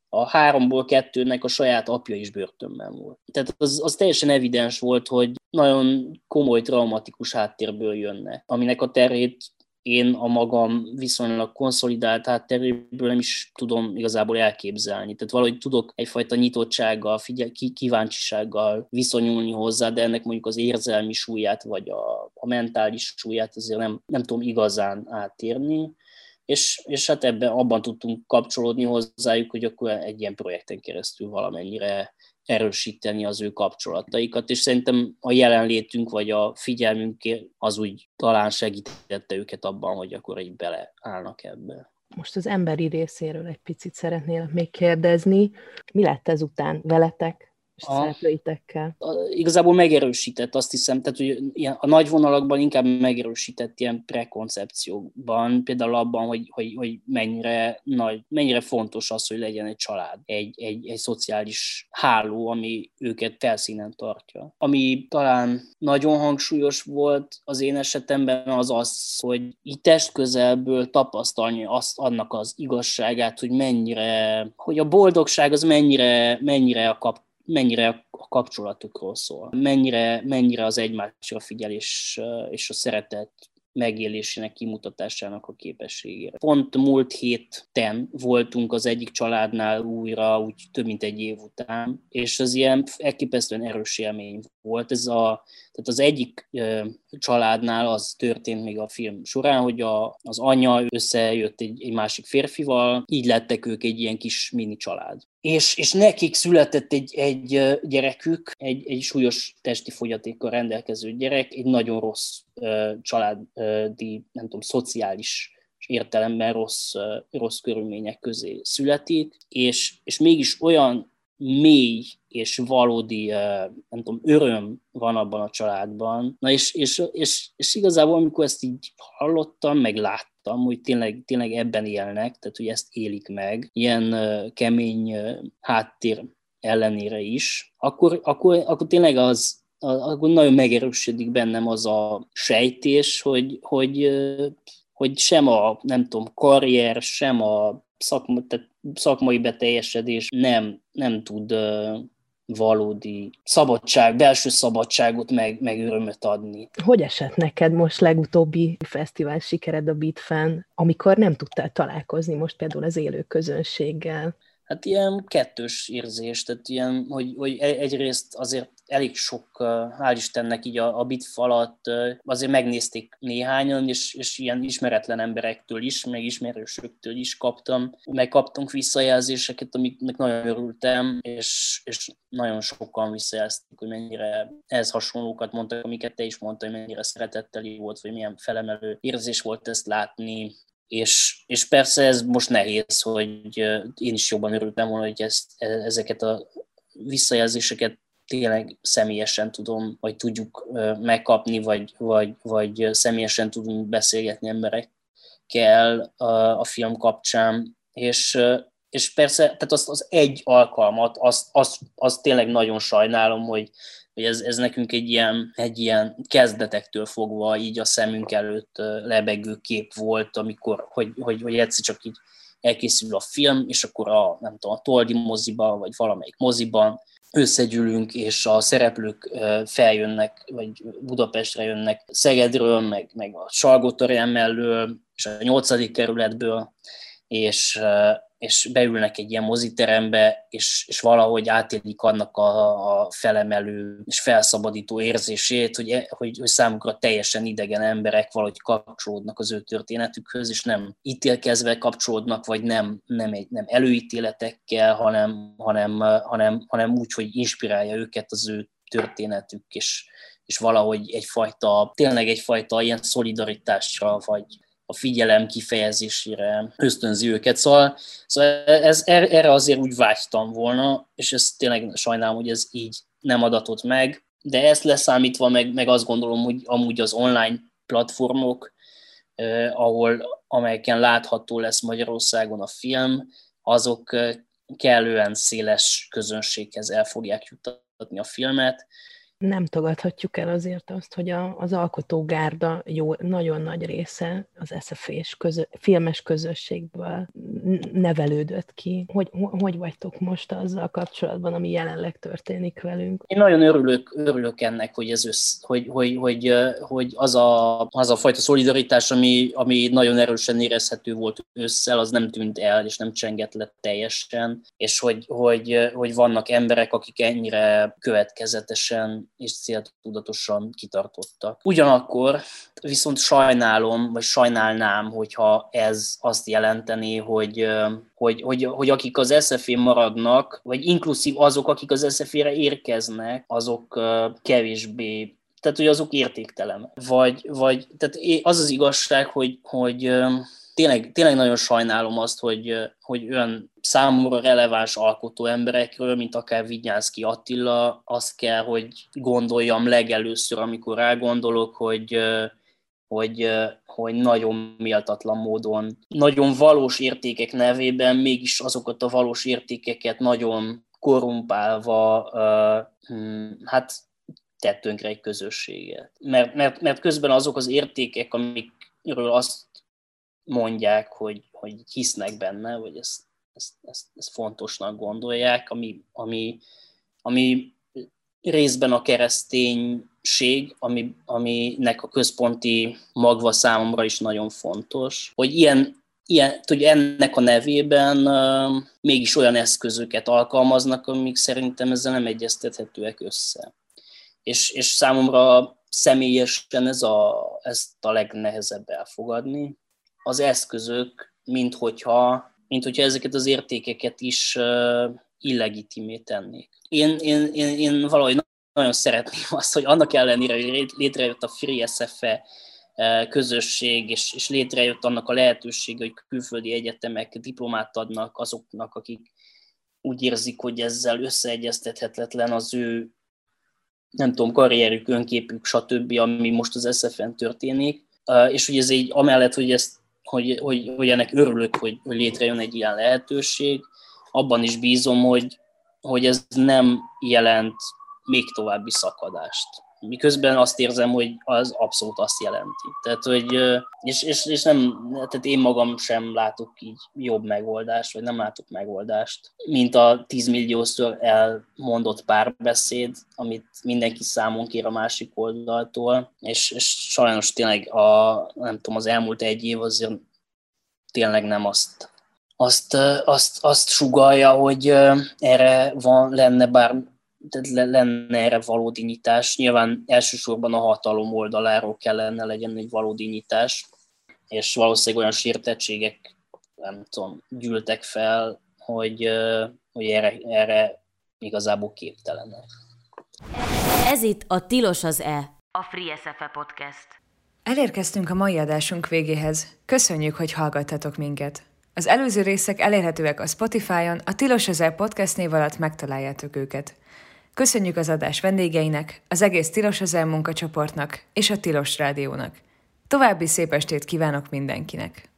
a 3-ból 2-nek a saját apja is börtönben volt. Tehát az teljesen evidens volt, hogy nagyon komoly traumatikus háttérből jönnek, aminek a terhét én a magam viszonylag konszolidált hátteréből nem is tudom igazából elképzelni. Tehát valahogy tudok egyfajta nyitottsággal, kíváncsisággal viszonyulni hozzá, de ennek mondjuk az érzelmi súlyát, vagy a mentális súlyát azért nem tudom igazán átérni. És hát abban tudtunk kapcsolódni hozzájuk, hogy akkor egy ilyen projekten keresztül valamennyire erősíteni az ő kapcsolataikat, és szerintem a jelenlétünk vagy a figyelmünk az úgy talán segítette őket abban, hogy akkor így beleállnak ebbe. Most az emberi részéről egy picit szeretnélek még kérdezni. Mi lett ezután veletek és szereplőitekkel? Igazából megerősített, azt hiszem, tehát hogy a nagy vonalakban inkább megerősített ilyen prekoncepciókban, például abban, hogy mennyire fontos az, hogy legyen egy család, egy szociális háló, ami őket felszínen tartja. Ami talán nagyon hangsúlyos volt az én esetemben az, hogy így testközelből tapasztalni annak az igazságát, hogy a boldogság az mennyire a kapcsolatokról szól, mennyire az egymásra figyelés és a szeretet megélésének, kimutatásának a képességére. Pont múlt héten voltunk az egyik családnál újra, úgy több mint egy év után, és az ilyen elképesztően erős élmény volt. Tehát az egyik családnál az történt még a film során, hogy az anyja összejött egy másik férfival, így lettek ők egy ilyen kis mini család. És nekik született egy gyerekük, egy súlyos testi fogyatékkal rendelkező gyerek, egy nagyon rossz családi, nem tudom, szociális értelemben rossz körülmények közé születik, és mégis olyan mély és valódi, nem tudom, öröm van abban a családban. Na és igazából, amikor ezt így hallottam, meg láttam, hogy tényleg ebben élnek, tehát hogy ezt élik meg, ilyen kemény háttér ellenére is, akkor tényleg akkor nagyon megerősödik bennem az a sejtés, hogy sem a, nem tudom, karrier, sem a szakmai beteljesedés nem tud valódi belső szabadságot meg örömöt adni. Hogy esett neked most legutóbbi fesztivál sikered a Bitfan, amikor nem tudtál találkozni most például az élő közönséggel? Hát ilyen kettős érzés, tehát ilyen, hogy egyrészt azért elég sok, hál' Istennek így a Bitf alatt azért megnézték néhányan, és ilyen ismeretlen emberektől is, meg ismerősöktől is kaptunk visszajelzéseket, amiknek nagyon örültem, és nagyon sokan visszajelzték, hogy mennyire ehhez hasonlókat mondtak, amiket te is mondtad, hogy mennyire szeretetteli volt, vagy milyen felemelő érzés volt ezt látni. És persze ez most nehéz, hogy én is jobban örültem volna, hogy ezeket a visszajelzéseket tényleg személyesen tudom, vagy tudjuk megkapni, vagy személyesen tudunk beszélgetni emberekkel a film kapcsán. És persze, tehát az egy alkalmat, azt tényleg nagyon sajnálom, hogy ez nekünk egy ilyen kezdetektől fogva így a szemünk előtt lebegő kép volt, amikor, hogy egyszer csak így elkészül a film, és akkor nem tudom, a Toldi moziban, vagy valamelyik moziban összegyűlünk, és a szereplők feljönnek, vagy Budapestre jönnek Szegedről, meg a Salgótarján mellől, és a 8. kerületből, és beülnek egy ilyen moziterembe, és valahogy átélik annak a felemelő és felszabadító érzését, hogy számukra teljesen idegen emberek valahogy kapcsolódnak az ő történetükhöz, és nem ítélkezve kapcsolódnak, vagy nem előítéletekkel, hanem úgy, hogy inspirálja őket az ő történetük, és valahogy tényleg egyfajta ilyen szolidaritásra, vagy a figyelem kifejezésére ösztönzi őket. Szóval erre azért úgy vágytam volna, és ezt tényleg sajnálom, hogy ez így nem adatott meg, de ezt leszámítva meg azt gondolom, hogy amúgy az online platformok, amelyeken látható lesz Magyarországon a film, azok kellően széles közönséghez el fogják juttatni a filmet, Nem tagadhatjuk el azért azt, hogy az alkotógárda nagyon nagy része az SFE-s filmes közösségből nevelődött ki. Hogy vagytok most azzal kapcsolatban, ami jelenleg történik velünk? Én nagyon örülök ennek, hogy ez hogy az a fajta szolidaritás, ami nagyon erősen érezhető volt ősszel, az nem tűnt el, és nem csengett le teljesen, és hogy vannak emberek, akik ennyire következetesen és céltudatosan kitartottak. Ugyanakkor viszont sajnálnám, hogyha ez azt jelenteni, hogy akik az SFE-n maradnak, vagy inkluszív azok, akik az SFE-re érkeznek, azok kevésbé, tehát hogy azok értéktelenek. Tehát az az igazság, hogy tényleg nagyon sajnálom azt, hogy olyan számomra releváns alkotó emberekről, mint akár Vidnyánszky Attila, azt kell, hogy gondoljam legelőször, amikor rágondolok, hogy nagyon méltatlan módon, nagyon valós értékek nevében mégis azokat a valós értékeket nagyon korrumpálva tett tönkre egy közösséget. Mert közben azok az értékek, amikről azt mondják, hogy hisznek benne, vagy ezt fontosnak gondolják, ami részben a kereszténység, aminek a központi magva számomra is nagyon fontos, hogy hogy ennek a nevében mégis olyan eszközöket alkalmaznak, amik szerintem ezzel nem egyeztethetőek össze. És számomra személyesen ezt a legnehezebb elfogadni. Az eszközök, mint hogyha ezeket az értékeket is illegitimé tennék. Én valahogy nagyon szeretném azt, hogy annak ellenére, hogy létrejött a Free SFE közösség, és létrejött annak a lehetősége, hogy külföldi egyetemek diplomát adnak azoknak, akik úgy érzik, hogy ezzel összeegyeztethetetlen az ő, nem tudom, karrierük, önképük, stb., ami most az SFE-n történik. És hogy ez így, amellett, hogy ennek örülök, hogy létrejön egy ilyen lehetőség, abban is bízom, hogy ez nem jelent még további szakadást. Miközben azt érzem, hogy az abszolút azt jelenti. Tehát, és nem, tehát én magam sem látok így jobb megoldást, vagy nem látok megoldást, mint a 10 milliószor elmondott párbeszéd, amit mindenki számon kér a másik oldaltól, és sajnos tényleg az elmúlt egy év azért tényleg nem azt sugallja, hogy erre lenne erre valódi nyitás. Nyilván elsősorban a hatalom oldaláról kellene legyen egy valódi nyitás, és valószínűleg olyan sértettségek, nem tudom, gyűltek fel, hogy erre igazából képtelenek. Ez itt a Tilos az E, a Free SFE Podcast. Elérkeztünk a mai adásunk végéhez. Köszönjük, hogy hallgattatok minket. Az előző részek elérhetőek a Spotify-on, a Tilos az E podcast név alatt megtaláljátok őket. Köszönjük az adás vendégeinek, az egész Tilos az E munkacsoportnak és a Tilos Rádiónak. További szép estét kívánok mindenkinek!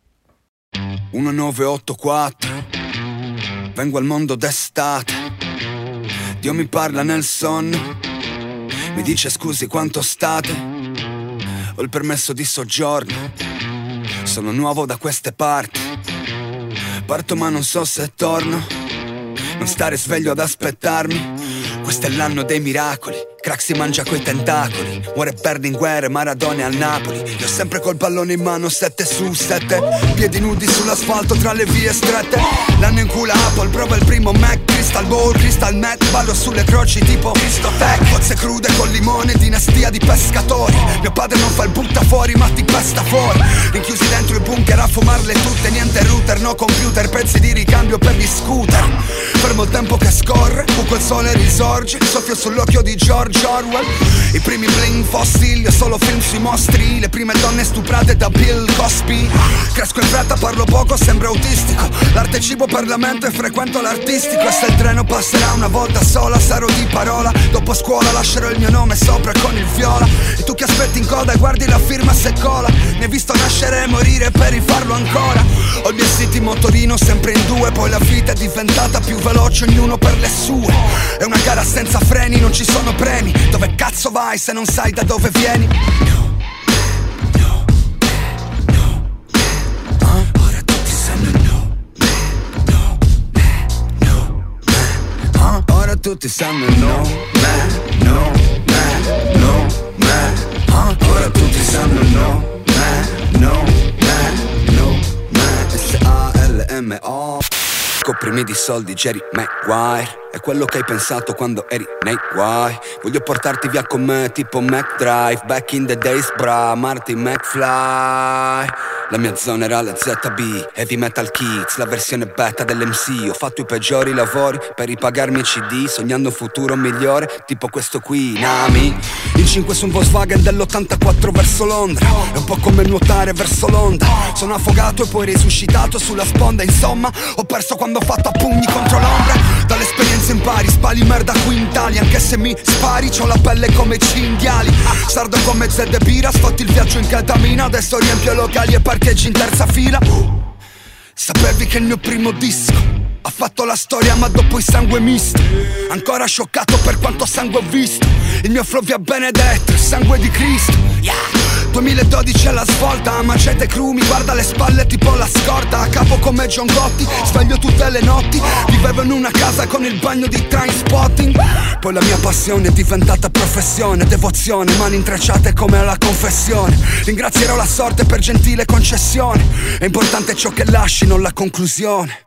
1984 Vengo al mondo d'estate. Dio mi parla nel sonno, mi dice scusi quanto state. Ho il permesso di soggiorno, sono nuovo da queste parti. Parto ma non so se torno, non stare sveglio ad aspettarmi. Questo è l'anno dei miracoli, crack si mangia coi tentacoli, muore e perde in guerre, Maradona al Napoli. Io sempre col pallone in mano, 7 su 7, piedi nudi sull'asfalto tra le vie strette. L'anno in cui la Apple prova il primo Mac, Crystal Ball, Crystal Meth, ballo sulle croci tipo Cristotech. Cozze crude con limone, dinastia di pescatori. Mio padre non fa il butta fuori ma ti pesta fuori. Rinchiusi dentro i bunker a fumarle tutte, niente router, no computer, pezzi di ricambio per gli scooter. Fermo il tempo che scorre, buco il sole risorge, soffio sull'occhio di George Orwell. I primi bling fossili, solo film sui mostri. Le prime donne stuprate da Bill Cosby. Cresco in fretta, parlo poco, sembro autistico. L'arte è cibo per la mente e frequento l'artistico. E se il treno passerà una volta sola, sarò di parola. Dopo scuola lascerò il mio nome sopra con il viola. E tu che aspetti in coda e guardi la firma se cola. Ne hai visto nascere e morire per rifarlo ancora. Ho il mio city motorino sempre in due. Poi la vita è diventata più veloce, ognuno per le sue. È una gara senza freni, non ci sono premi. premi. Dove cazzo vai se non sai da dove vieni? Ora tutti sanno no. Ora tutti sanno no. No. Ora tutti sanno no. S-A-L-M-O. Coprimi di soldi Jerry Maguire. È quello che hai pensato quando eri nei guai. Voglio portarti via con me tipo McDrive. Back in the days bra, Marty McFly. La mia zona era la ZB, Heavy Metal Kids, la versione beta dell'MC. Ho fatto i peggiori lavori per ripagarmi i CD, sognando un futuro migliore, tipo questo qui, Nami. In 5 su un Volkswagen dell'84 verso Londra. È un po' come nuotare verso l'onda. Sono affogato e poi risuscitato sulla sponda. Insomma, ho perso quando ho fatto a pugni contro l'ombra. Dall'esperienza impari, spali merda qui in Italia. Anche se mi spari, c'ho la pelle come cinghiali. Sardo come Zed e Bira, sfatti il viaggio in ketamina. Adesso riempio locali e parcheggi in terza fila. Sapevi che il mio primo disco ha fatto la storia ma dopo il sangue misto. Ancora scioccato per quanto sangue ho visto. Il mio flow vi ha benedetto, il sangue di Cristo, yeah. 2012 alla svolta, macete cru, mi guarda le spalle tipo la scorta. A capo come John Gotti, sveglio tutte le notti. Vivevo in una casa con il bagno di Trainspotting. Poi la mia passione è diventata professione, devozione, mani intrecciate come alla confessione. Ringrazierò la sorte per gentile concessione. È importante ciò che lasci, non la conclusione.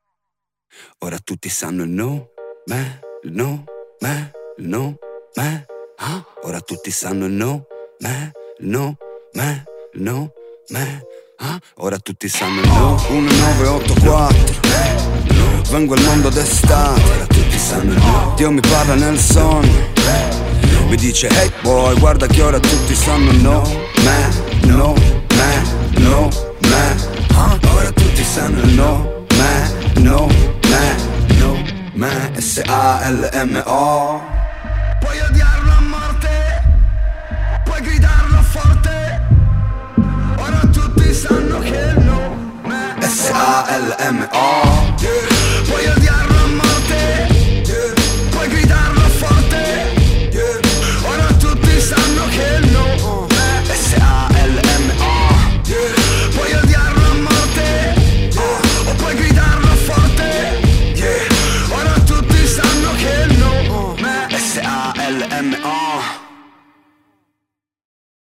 Ora tutti sanno il no, me, il no, me, il no, me. Ora tutti sanno il no, me, il no, me, il no, me. Ora tutti sanno il no. 1984 vengo al mondo d'estate. Ora tutti sanno il no. Dio mi parla nel sonno, mi dice hey boy, guarda che ora tutti sanno no, me, no, me, no, me. Ora tutti sanno no, me, no, me, no, me. S-A-L-M-O. Puoi odiarlo a morte, puoi gridarlo forte. Ora tutti sanno che no, me. S-A-L-M-O.